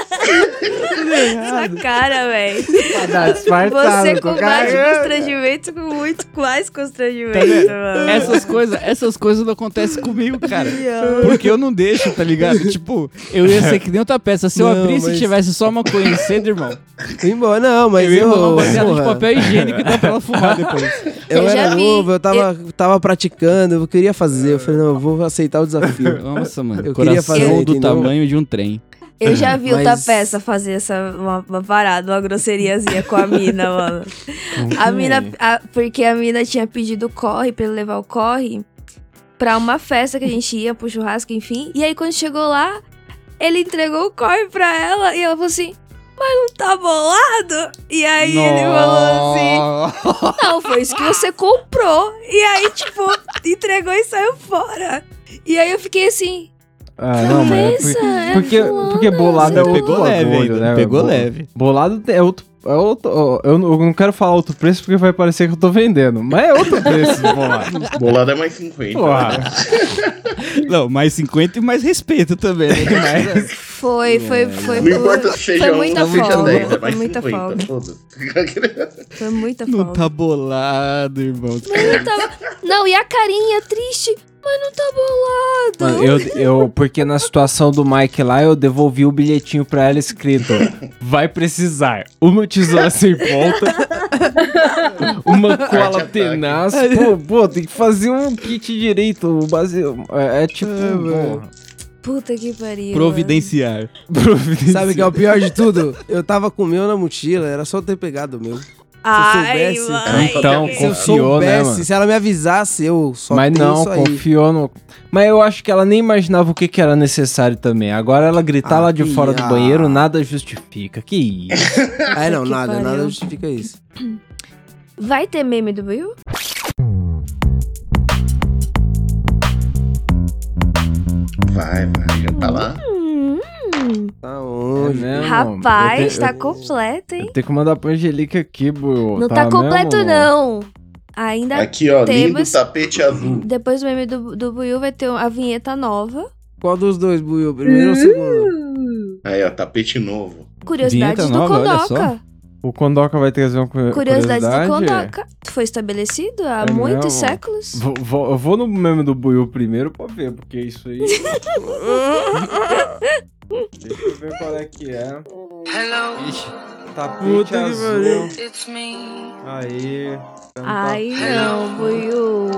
A: Essa cara, velho.
E: Pra dar disfarçado,
A: Você
E: tô
A: combate
E: cagando.
A: constrangimento com muito mais constrangimento,
F: Tá vendo?
A: mano.
F: Essas coisas não acontecem comigo, cara. Porque eu não deixo, tá ligado? Tipo, eu ia ser que nem outra peça. Se eu
G: Não,
F: abrisse e
G: mas-
F: tivesse só uma conhecida, irmão,
G: Embora, não, mas
F: eu ia rolar um baseado de
G: porra,
F: papel higiênico e dar pra ela fumar depois.
G: eu
A: Eu já
G: era
A: vi.
G: novo, eu tava praticando, eu queria fazer. Eu falei, não, eu vou aceitar o desafio.
F: Nossa, mano.
G: Eu queria
F: Coração
G: fazer,
F: do
G: entendeu?
F: tamanho de um trem.
A: Eu já vi o
G: Mas-
A: Tapeça fazer uma parada, uma grosseriazinha com a mina, mano. A mina, porque a mina tinha pedido corre pra ele levar o corre pra uma festa que a gente ia, pro churrasco, enfim. E aí quando chegou lá, ele entregou o corre pra ela e ela falou assim, mas não tá bolado? E aí ele falou assim, não, foi isso que você comprou. E aí, tipo, entregou e saiu fora. E aí eu fiquei assim...
E: Ah, não, mas
A: Cabeça, é
E: porque bolado é
F: Ele
E: outro
F: pegou leve
E: bagulho,
F: ainda,
E: né?
F: pegou leve.
E: Bolado é outro... eu não quero falar outro preço porque vai parecer que eu tô vendendo. Mas é outro preço de bolado.
C: Bolado é mais 50.
E: Porra.
C: Né?
F: Não, mais 50 e mais respeito também, né? Mas...
A: Foi
C: Não importa se seja
A: foi
C: um
A: muita
C: ou seja
A: folga,
C: 10, é
A: foi
C: mais
A: muita
C: 50.
A: folga.
C: Foda-se.
A: Foi muita
F: Não
A: folga.
F: tá bolado, irmão.
A: Não, tava... não, e a carinha triste, mas não tá bolado.
E: Mano, porque na situação do Mike lá, eu devolvi o bilhetinho pra ela escrito: vai precisar uma tesoura sem ponta, uma cola
C: Arte
E: tenaz. Pô, tem que fazer um kit direito. É tipo. Porra.
A: Puta que pariu.
F: Providenciar.
G: Sabe o que é o pior de tudo? Eu tava com o meu na mochila, era só eu ter pegado o meu.
A: Ai,
G: soubesse,
A: mãe.
E: Então,
G: Se eu
E: confiou, né,
G: soubesse,
E: mano?
G: se ela me avisasse, eu só
E: Mas
G: tenho
E: não,
G: isso aí.
E: confiou no. Mas eu acho que ela nem imaginava o que era necessário também. Agora ela gritar lá de fora do banheiro, nada justifica. Que isso?
G: Aí não,
A: Que
G: nada
A: pariu.
G: justifica isso.
A: Vai ter meme do Will?
C: Vai, já tá lá.
G: Tá onde?
E: mesmo?
A: Rapaz,
E: Eu
A: tá
E: te-
A: completo, hein?
E: Eu tenho que mandar pra Angelica aqui, Buiu.
A: Não tá completo,
E: mesmo?
A: não. Ainda
C: Aqui, ó, lindo
A: temos...
C: tapete azul.
A: Depois do meme do Buiu vai ter a vinheta nova.
G: Qual dos dois, Buiu? Primeiro ou segundo?
C: Aí, ó, tapete novo.
A: Curiosidades
F: Vinheta
A: do
F: nova, olha só.
A: Condoca.
E: O Kondoka vai trazer uma
A: Curiosidades do
E: curiosidade.
A: Condoca. Foi estabelecido há
E: É
A: muitos
E: mesmo?
A: séculos.
E: Eu vou no meme do Buiu primeiro pra ver, porque isso aí... Deixa eu ver qual é que é.
F: Ixi.
E: Tapete
G: Puta que
E: azul.
G: pariu.
E: Aí.
A: Ai, não, Buiu.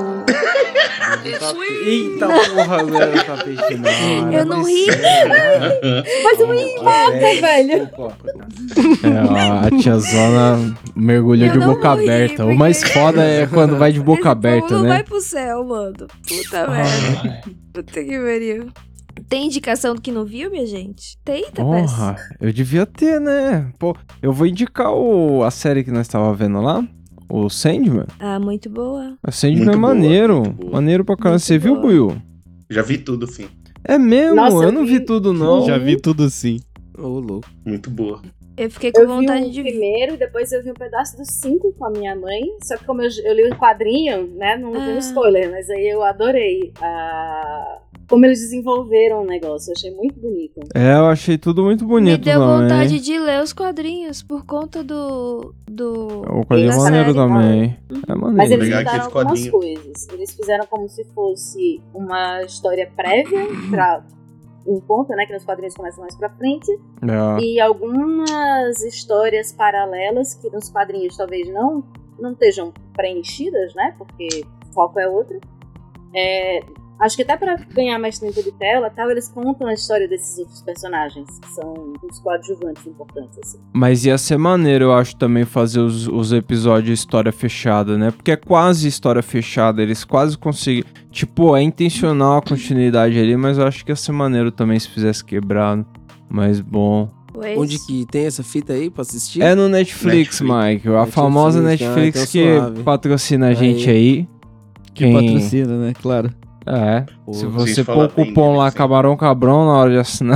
E: Eita porra, não era tapete não.
A: Eu não ri.
D: Mas o Ih, velho.
E: É, a tiazona mergulhou
A: Eu
E: de
A: não
E: boca
A: vou rir,
E: aberta. O
A: porque-
E: mais foda é quando vai de boca
A: Esse
E: aberta,
A: povo não
E: né?
A: vai pro céu, mano. Puta merda. Puta que pariu. Tem indicação do que não viu, minha gente? Tem, tá
E: Porra, eu devia ter, né? Pô, eu vou indicar a série que nós tava vendo lá, o Sandman.
A: Ah, muito boa.
E: O Sandman
C: Muito
E: é
C: boa,
E: maneiro.
C: muito boa.
E: Maneiro pra caramba.
A: Muito
E: Você viu,
A: boa.
E: Buiu?
C: Já vi tudo, sim.
E: É mesmo?
D: Nossa,
E: eu
D: eu
E: não
D: vi-
E: vi tudo, não.
F: Já vi tudo sim.
G: Ô, louco.
C: Muito boa.
A: Eu fiquei com
D: Eu vi
A: vontade
D: o
A: de ver.
D: primeiro, depois eu vi um pedaço do 5 com a minha mãe. Só que como eu li o quadrinho, né? Não tem spoiler, mas aí eu adorei como eles desenvolveram o negócio. Eu achei muito bonito.
E: É, eu achei tudo muito
A: Me
E: bonito
A: deu
E: também.
A: vontade de ler os quadrinhos por conta do
E: O quadrinho é
A: da
E: maneiro
A: série.
E: também. É
D: Mas
E: maneiro.
D: eles
C: Pegar
D: mudaram
C: aqueles
D: algumas
C: quadrinhos.
D: coisas. Eles fizeram como se fosse uma história prévia pra um ponto, né? Que nos quadrinhos começam mais pra frente.
E: É.
D: E algumas histórias paralelas que nos quadrinhos talvez não estejam preenchidas, né? Porque o foco é outro. Acho que até pra ganhar mais tempo de tela, tal, eles contam a história desses outros personagens, que são os coadjuvantes importantes, assim.
E: Mas ia ser maneiro, eu acho, também fazer os episódios história fechada, né? Porque é quase história fechada, eles quase conseguem... Tipo, é intencional a continuidade ali, mas eu acho que ia ser maneiro também se fizesse quebrado. Mas bom...
A: Pois.
G: Onde que tem essa fita aí pra assistir?
E: É no Netflix,
C: Netflix.
E: Mike. A
G: Netflix,
E: famosa
G: ah,
E: Netflix
G: então
E: que
G: suave.
E: patrocina a gente aí.
F: Que
E: Quem-
F: patrocina, né? Claro.
E: É.
G: Pô,
E: Se
C: a
E: você
C: gente
E: pôr
C: fala
E: o
C: bem
E: cupom
C: dele,
E: lá,
C: assim.
E: Camarão Cabrão na hora de assinar.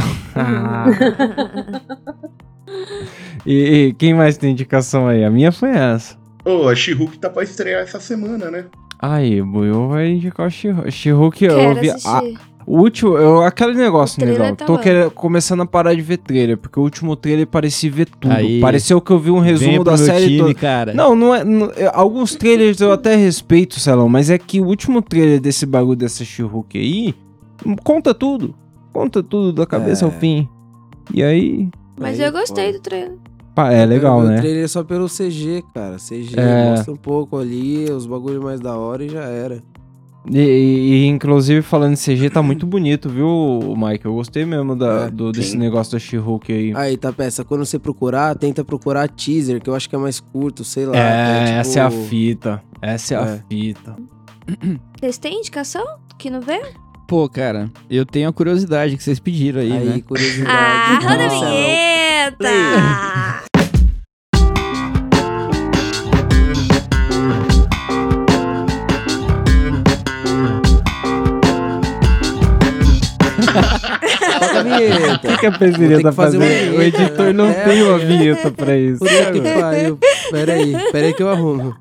E: E quem mais tem indicação aí? A minha foi essa.
C: Ô, a She-Hulk tá pra estrear essa semana, né?
E: Aí, o Buiu vai indicar o She-Hulk. She-Hulk, eu
A: Quero
E: vi.
A: assistir.
E: O último, aquele negócio,
A: O trailer
E: negão.
A: tá
E: Tô
A: bom.
E: começando a parar de ver trailer, porque o último trailer parecia ver tudo.
F: Aí.
E: Pareceu que eu vi um
F: Vem
E: resumo
F: pro
E: da
F: meu
E: série
F: time,
E: toda.
F: cara.
E: Não é. Alguns trailers eu até respeito, Celão, mas é que o último trailer desse bagulho dessa She-Hulk aí conta tudo. Conta tudo da cabeça ao fim. E aí.
A: Mas
G: Aí,
A: eu gostei
G: foda.
A: do trailer.
E: Pá, é legal,
G: Eu vi
E: né?
G: o trailer só pelo CG, cara. CG
E: É.
G: mostra um pouco ali, os bagulhos mais da hora e já era.
E: E, inclusive, falando em CG, tá muito bonito, viu, Mike? Eu gostei mesmo
G: É,
E: desse
C: sim.
E: negócio da She-Hulk aí.
G: Aí, tá, peça, quando você procurar, tenta procurar teaser, que eu acho que é mais curto, sei lá.
E: Essa é a
G: tipo,
E: fita. Essa é a
G: É.
E: fita.
A: Vocês têm indicação que não vê?
F: Pô, cara, eu tenho a curiosidade que vocês pediram aí,
G: Aí,
F: né?
G: curiosidade.
A: Ah, roda a
G: Nossa,
A: vinheta!
G: Toca a
E: O
G: vinheta.
E: que a
G: Vou
E: Peseria
G: ter
E: tá
G: que fazer uma
E: fazendo? O
G: vinheta,
E: editor não
G: né?
E: tem uma vinheta pra isso.
G: Puta que pariu. Pera aí que eu arrumo.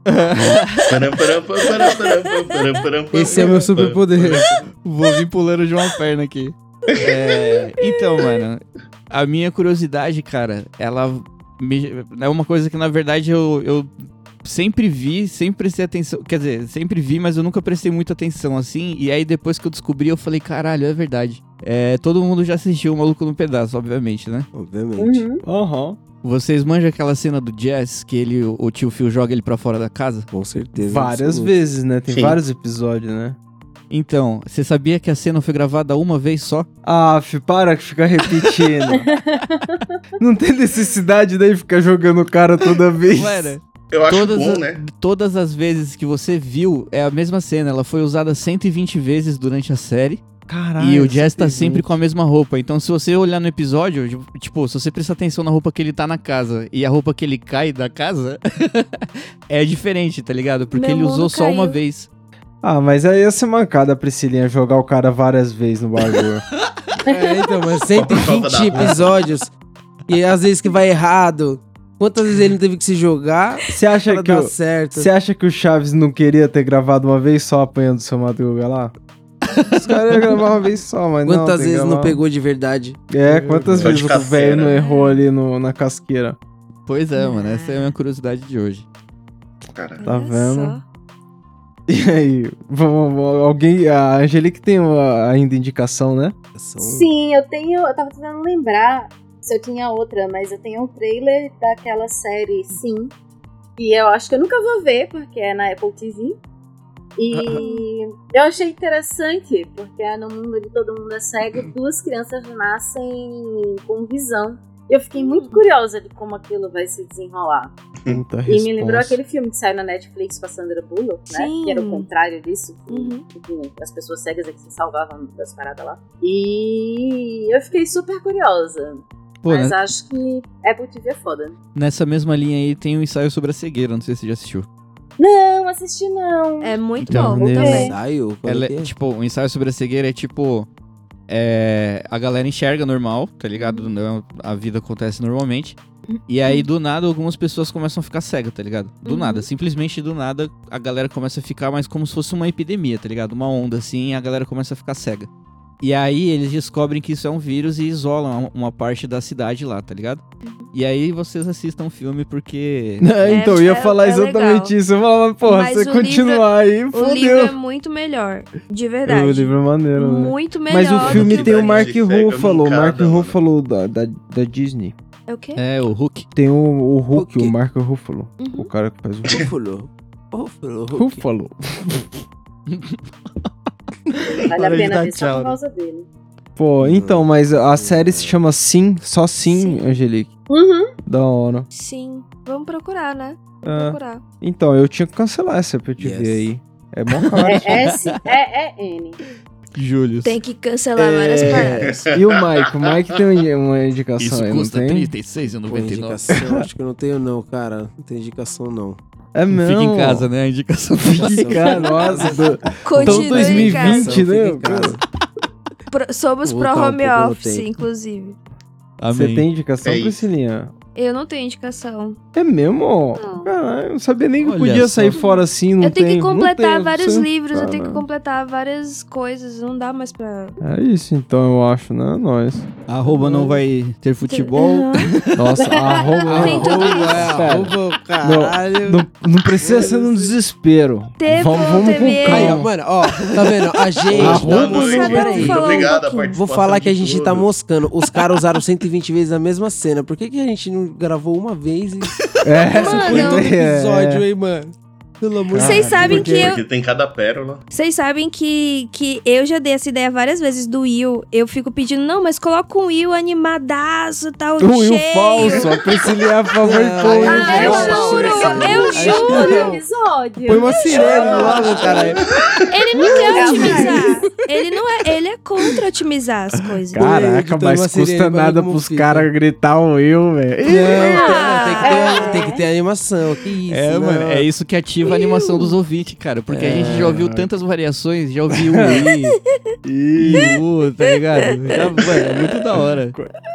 G: Esse é o meu superpoder.
F: Vou vir pulando de uma perna aqui. Então, mano, a minha curiosidade, cara, é uma coisa que, na verdade, eu sempre vi, sempre prestei atenção. Quer dizer, sempre vi, mas eu nunca prestei muita atenção, assim. E aí, depois que eu descobri, eu falei, caralho, é verdade. Todo mundo já assistiu o Maluco no Pedaço, obviamente, né?
G: Obviamente.
D: Uhum.
E: Aham.
F: Vocês manjam aquela cena do Jazz, que o tio Phil joga ele pra fora da casa?
G: Com certeza.
E: Várias
G: absoluta.
E: vezes, né? Tem
C: Sim.
E: vários episódios, né?
F: Então, você sabia que a cena foi gravada uma vez só?
E: Ah, para que fica repetindo. Não tem necessidade daí ficar jogando o cara toda vez.
F: Mano,
C: Eu acho bom, né?
F: todas as vezes que você viu, é a mesma cena. Ela foi usada 120 vezes durante a série.
E: Caralho.
F: E o Jazz tá
E: 120.
F: sempre com a mesma roupa. Então, se você olhar no episódio, tipo, se você prestar atenção na roupa que ele tá na casa e a roupa que ele cai da casa, é diferente, tá ligado? Porque
A: Meu
F: ele usou
A: mundo
F: só uma
A: caiu.
F: vez.
E: Ah, mas aí ia ser mancada a Priscilinha jogar o cara várias vezes no bagulho.
G: Então, mas
C: Por causa
G: 120
C: da-
G: episódios. E às vezes que vai errado. Quantas vezes ele não teve que se jogar
E: Você acha
G: pra
E: que
G: dar
E: o...
G: certo?
E: Você acha que o Chaves não queria ter gravado uma vez só apanhando o seu Madruga lá? Os caras iam gravar uma vez só, mas não.
G: Quantas
E: tem que
G: vezes não
E: gravar.
G: pegou de verdade?
E: Quantas
C: Só de
E: vezes o
C: caseira.
E: velho não errou ali na casqueira?
F: Pois é, mano. Essa é a minha curiosidade de hoje.
C: Cara,
E: Tá
A: Olha
E: vendo?
A: só.
E: E aí? Alguém. A Angelique tem ainda indicação, né?
D: Sim, eu tava tentando lembrar se eu tinha outra, mas eu tenho um trailer daquela série Sim. E eu acho que eu nunca vou ver, porque é na Apple TV. E eu achei interessante, porque é no mundo de todo mundo é cego, 2 crianças nascem com visão. Eu fiquei muito curiosa de como aquilo vai se desenrolar.
E: Muita
D: E me lembrou
E: responsa.
D: aquele filme que saiu na Netflix com a Sandra Bullock, né?
A: Sim.
D: Que era o contrário disso. Que,
A: Uhum.
D: enfim, as pessoas cegas é que se salvavam das paradas lá. E eu fiquei super curiosa.
F: Pô,
D: Mas
F: né?
D: acho que Apple TV é foda.
F: Nessa mesma linha aí tem um ensaio sobre a cegueira. Não sei se você já assistiu.
D: Não, assisti não.
A: É muito
F: Então,
A: bom
G: Nem
A: também.
G: ensaio? Qual
F: Ela
G: que é?
F: tipo, o ensaio sobre a cegueira é tipo. A galera enxerga normal, tá ligado? A vida acontece normalmente. E aí, do nada, algumas pessoas começam a ficar cegas, tá ligado? Do nada, simplesmente do nada, a galera começa a ficar mais como se fosse uma epidemia, tá ligado? Uma onda assim, e a galera começa a ficar cega. E aí, eles descobrem que isso é um vírus e isolam uma parte da cidade lá, tá ligado? E aí, vocês assistam o filme porque...
E: Então, eu ia falar
A: é
E: exatamente
A: legal.
E: isso. Eu falava, porra,
A: Mas
E: se você
A: o
E: continuar aí,
A: O livro é
E: fodeu.
A: muito melhor. De verdade.
E: O livro é maneiro, né?
A: Muito melhor.
E: Mas o
A: do
E: filme
A: que
E: tem o
C: Verdade,
E: Mark
C: de cega
E: Ruffalo. O
C: num
E: Mark
C: cada,
E: Ruffalo da Disney.
A: É o quê?
F: É, o Hulk.
E: Tem o Hulk,
G: Hulk.
E: o Mark Ruffalo.
A: Uhum.
E: O cara que faz o Hulk.
G: Ruffalo.
E: Ruffalo.
D: Vale a
E: Hora de
D: pena
E: dar
D: ver só
E: tchau,
D: por
E: né?
D: causa dele.
E: Pô, então, mas a série se chama Sim, só Sim, Angelique.
D: Uhum.
E: Da hora.
A: Sim. Vamos procurar, né?
E: É.
A: Procurar.
E: Então, eu tinha que cancelar essa Apple TV
G: Yes.
E: aí. É mó caro.
D: É S, N.
F: Júlio.
A: Tem que cancelar várias paradas.
E: E o Mike? O Mike tem uma indicação aí, não tem?
G: Pô,
F: R$36,99.
G: indicação, acho que eu não tenho não, cara. Não tem indicação não.
E: É mesmo.
F: Fica em casa, né? A indicação fica em
E: Fica,
F: casa.
E: nossa.
A: Continue
E: Então,
A: em casa.
E: 2020,
G: Fica
E: né?
G: em casa.
A: Somos
G: Vou
A: pro
G: voltar um
A: home
G: pouco no
A: office,
G: tempo.
A: inclusive.
E: Você
F: Amém.
E: tem indicação,
C: É isso.
E: Priscilinha?
A: Eu não tenho indicação.
E: É mesmo?
D: Não.
E: Caralho, eu não sabia nem que
F: Olha
E: podia
F: só.
E: sair fora assim, não
A: eu tenho
E: tem.
A: que
E: não
A: completar
E: tem,
A: vários
E: você-
A: livros, eu tenho que
E: Caralho.
A: completar várias coisas. Não dá mais pra.
E: É isso então, eu acho, né? Nós.
F: Arroba não vai ter futebol.
A: Aham.
E: Nossa, arroba.
A: Tem tudo isso.
E: Pera,
G: Caralho.
E: não precisa ser num desespero.
A: Teve
E: vamos
A: um
E: com
A: TV.
G: Aí, ó,
E: calma.
G: mano, ó, tá vendo? A gente.
E: Arroba
G: Não,
E: não
G: peraí.
A: vai
C: Muito
A: falar um
C: obrigado a
A: pouquinho.
C: participação
G: Vou falar que a
C: de
G: gente tá
C: todos.
G: moscando. Os caras usaram 120 vezes a mesma cena. Por que, que a gente não gravou uma vez e
E: É,
A: Mano,
G: foi todo
E: é.
G: episódio, hein, mano? Pelo amor de
A: Vocês sabem
G: Porque-
A: que eu.
C: Porque tem cada pérola.
A: Vocês sabem que eu já dei essa ideia várias vezes do Will. Eu fico pedindo, não, mas coloca um Will animadaço, tal,
E: O Will
A: cheio.
E: falso, a Priscilinha a favor de
G: Não,
E: pôr o Will
A: Ah, eu
E: falso.
A: juro, eu
G: Acho que
A: juro.
G: não.
D: Episódio.
E: Põe uma sirene logo, caralho.
A: Ele não quer otimizar. Ele é contra otimizar as coisas.
E: Caraca,
G: editando
E: mas
G: uma sirene
E: custa
G: pra ver
E: nada
G: como
E: pros
G: fica.
E: caras gritar o Will, velho.
G: Não, tem que ter animação. Que isso,
F: É,
G: não.
F: mano, é isso que ativa a animação dos ouvintes, cara. Porque a gente já ouviu tantas variações, já ouviu o I, tá ligado? Já, mano, é muito da hora.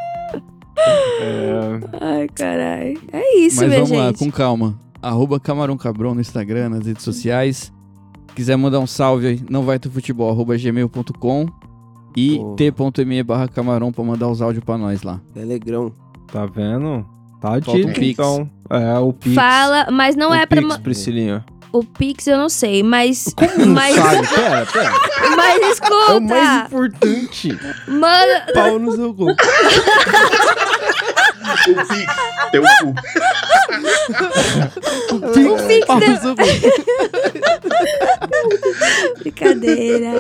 A: Ai, caralho. É isso,
F: Mas
A: minha
F: vamos lá,
A: gente.
F: com calma. Arroba Camarão Cabrão no Instagram, nas redes sociais. Quiser mandar um salve aí, não vai ter futebol, @gmail.com e
G: Porra.
F: t.me/camarão pra mandar os áudios pra nós lá.
G: Telegrão.
E: Tá vendo? Tá
F: Falta
E: dito,
F: um Pix.
E: então. É, o Pix.
A: Fala, mas não
E: o
A: é pra.
E: Pix, Priscilinha.
A: O Pix eu não sei, mas.
E: Não
A: Mas,
E: sabe, pera.
A: mas
E: É o mais
A: escuta!
E: importante.
A: Manda.
G: Pau no seu cu.
C: O Pix, teu cu.
A: O Pix
G: Pau
A: deu-
G: no seu cu.
A: Brincadeira.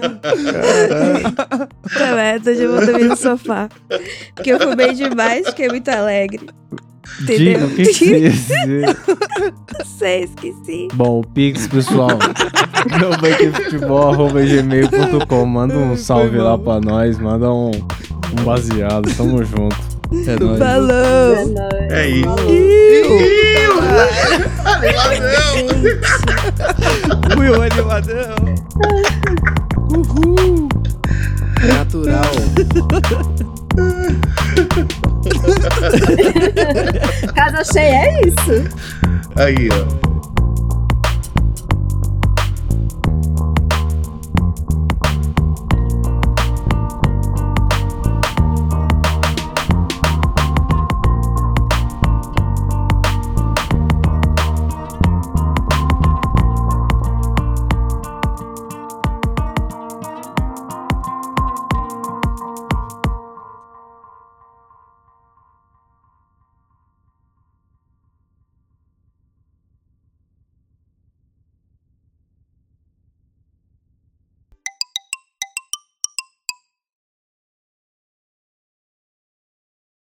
A: Tá merda, hoje eu vou dormir no sofá. Porque eu fumei demais, fiquei muito alegre.
E: Diga,
A: Entendeu?
E: o que você ia dizer?
A: Não sei, esqueci.
E: Bom, o Pix, pessoal. Não vai ter futebol, @gmail.com. Manda um salve lá pra nós, manda um baseado, tamo junto.
F: É nóis.
A: Falou!
C: É isso.
F: Will animadão.
G: Uhul. Natural.
D: Casa cheia é isso.
C: Aí, ó.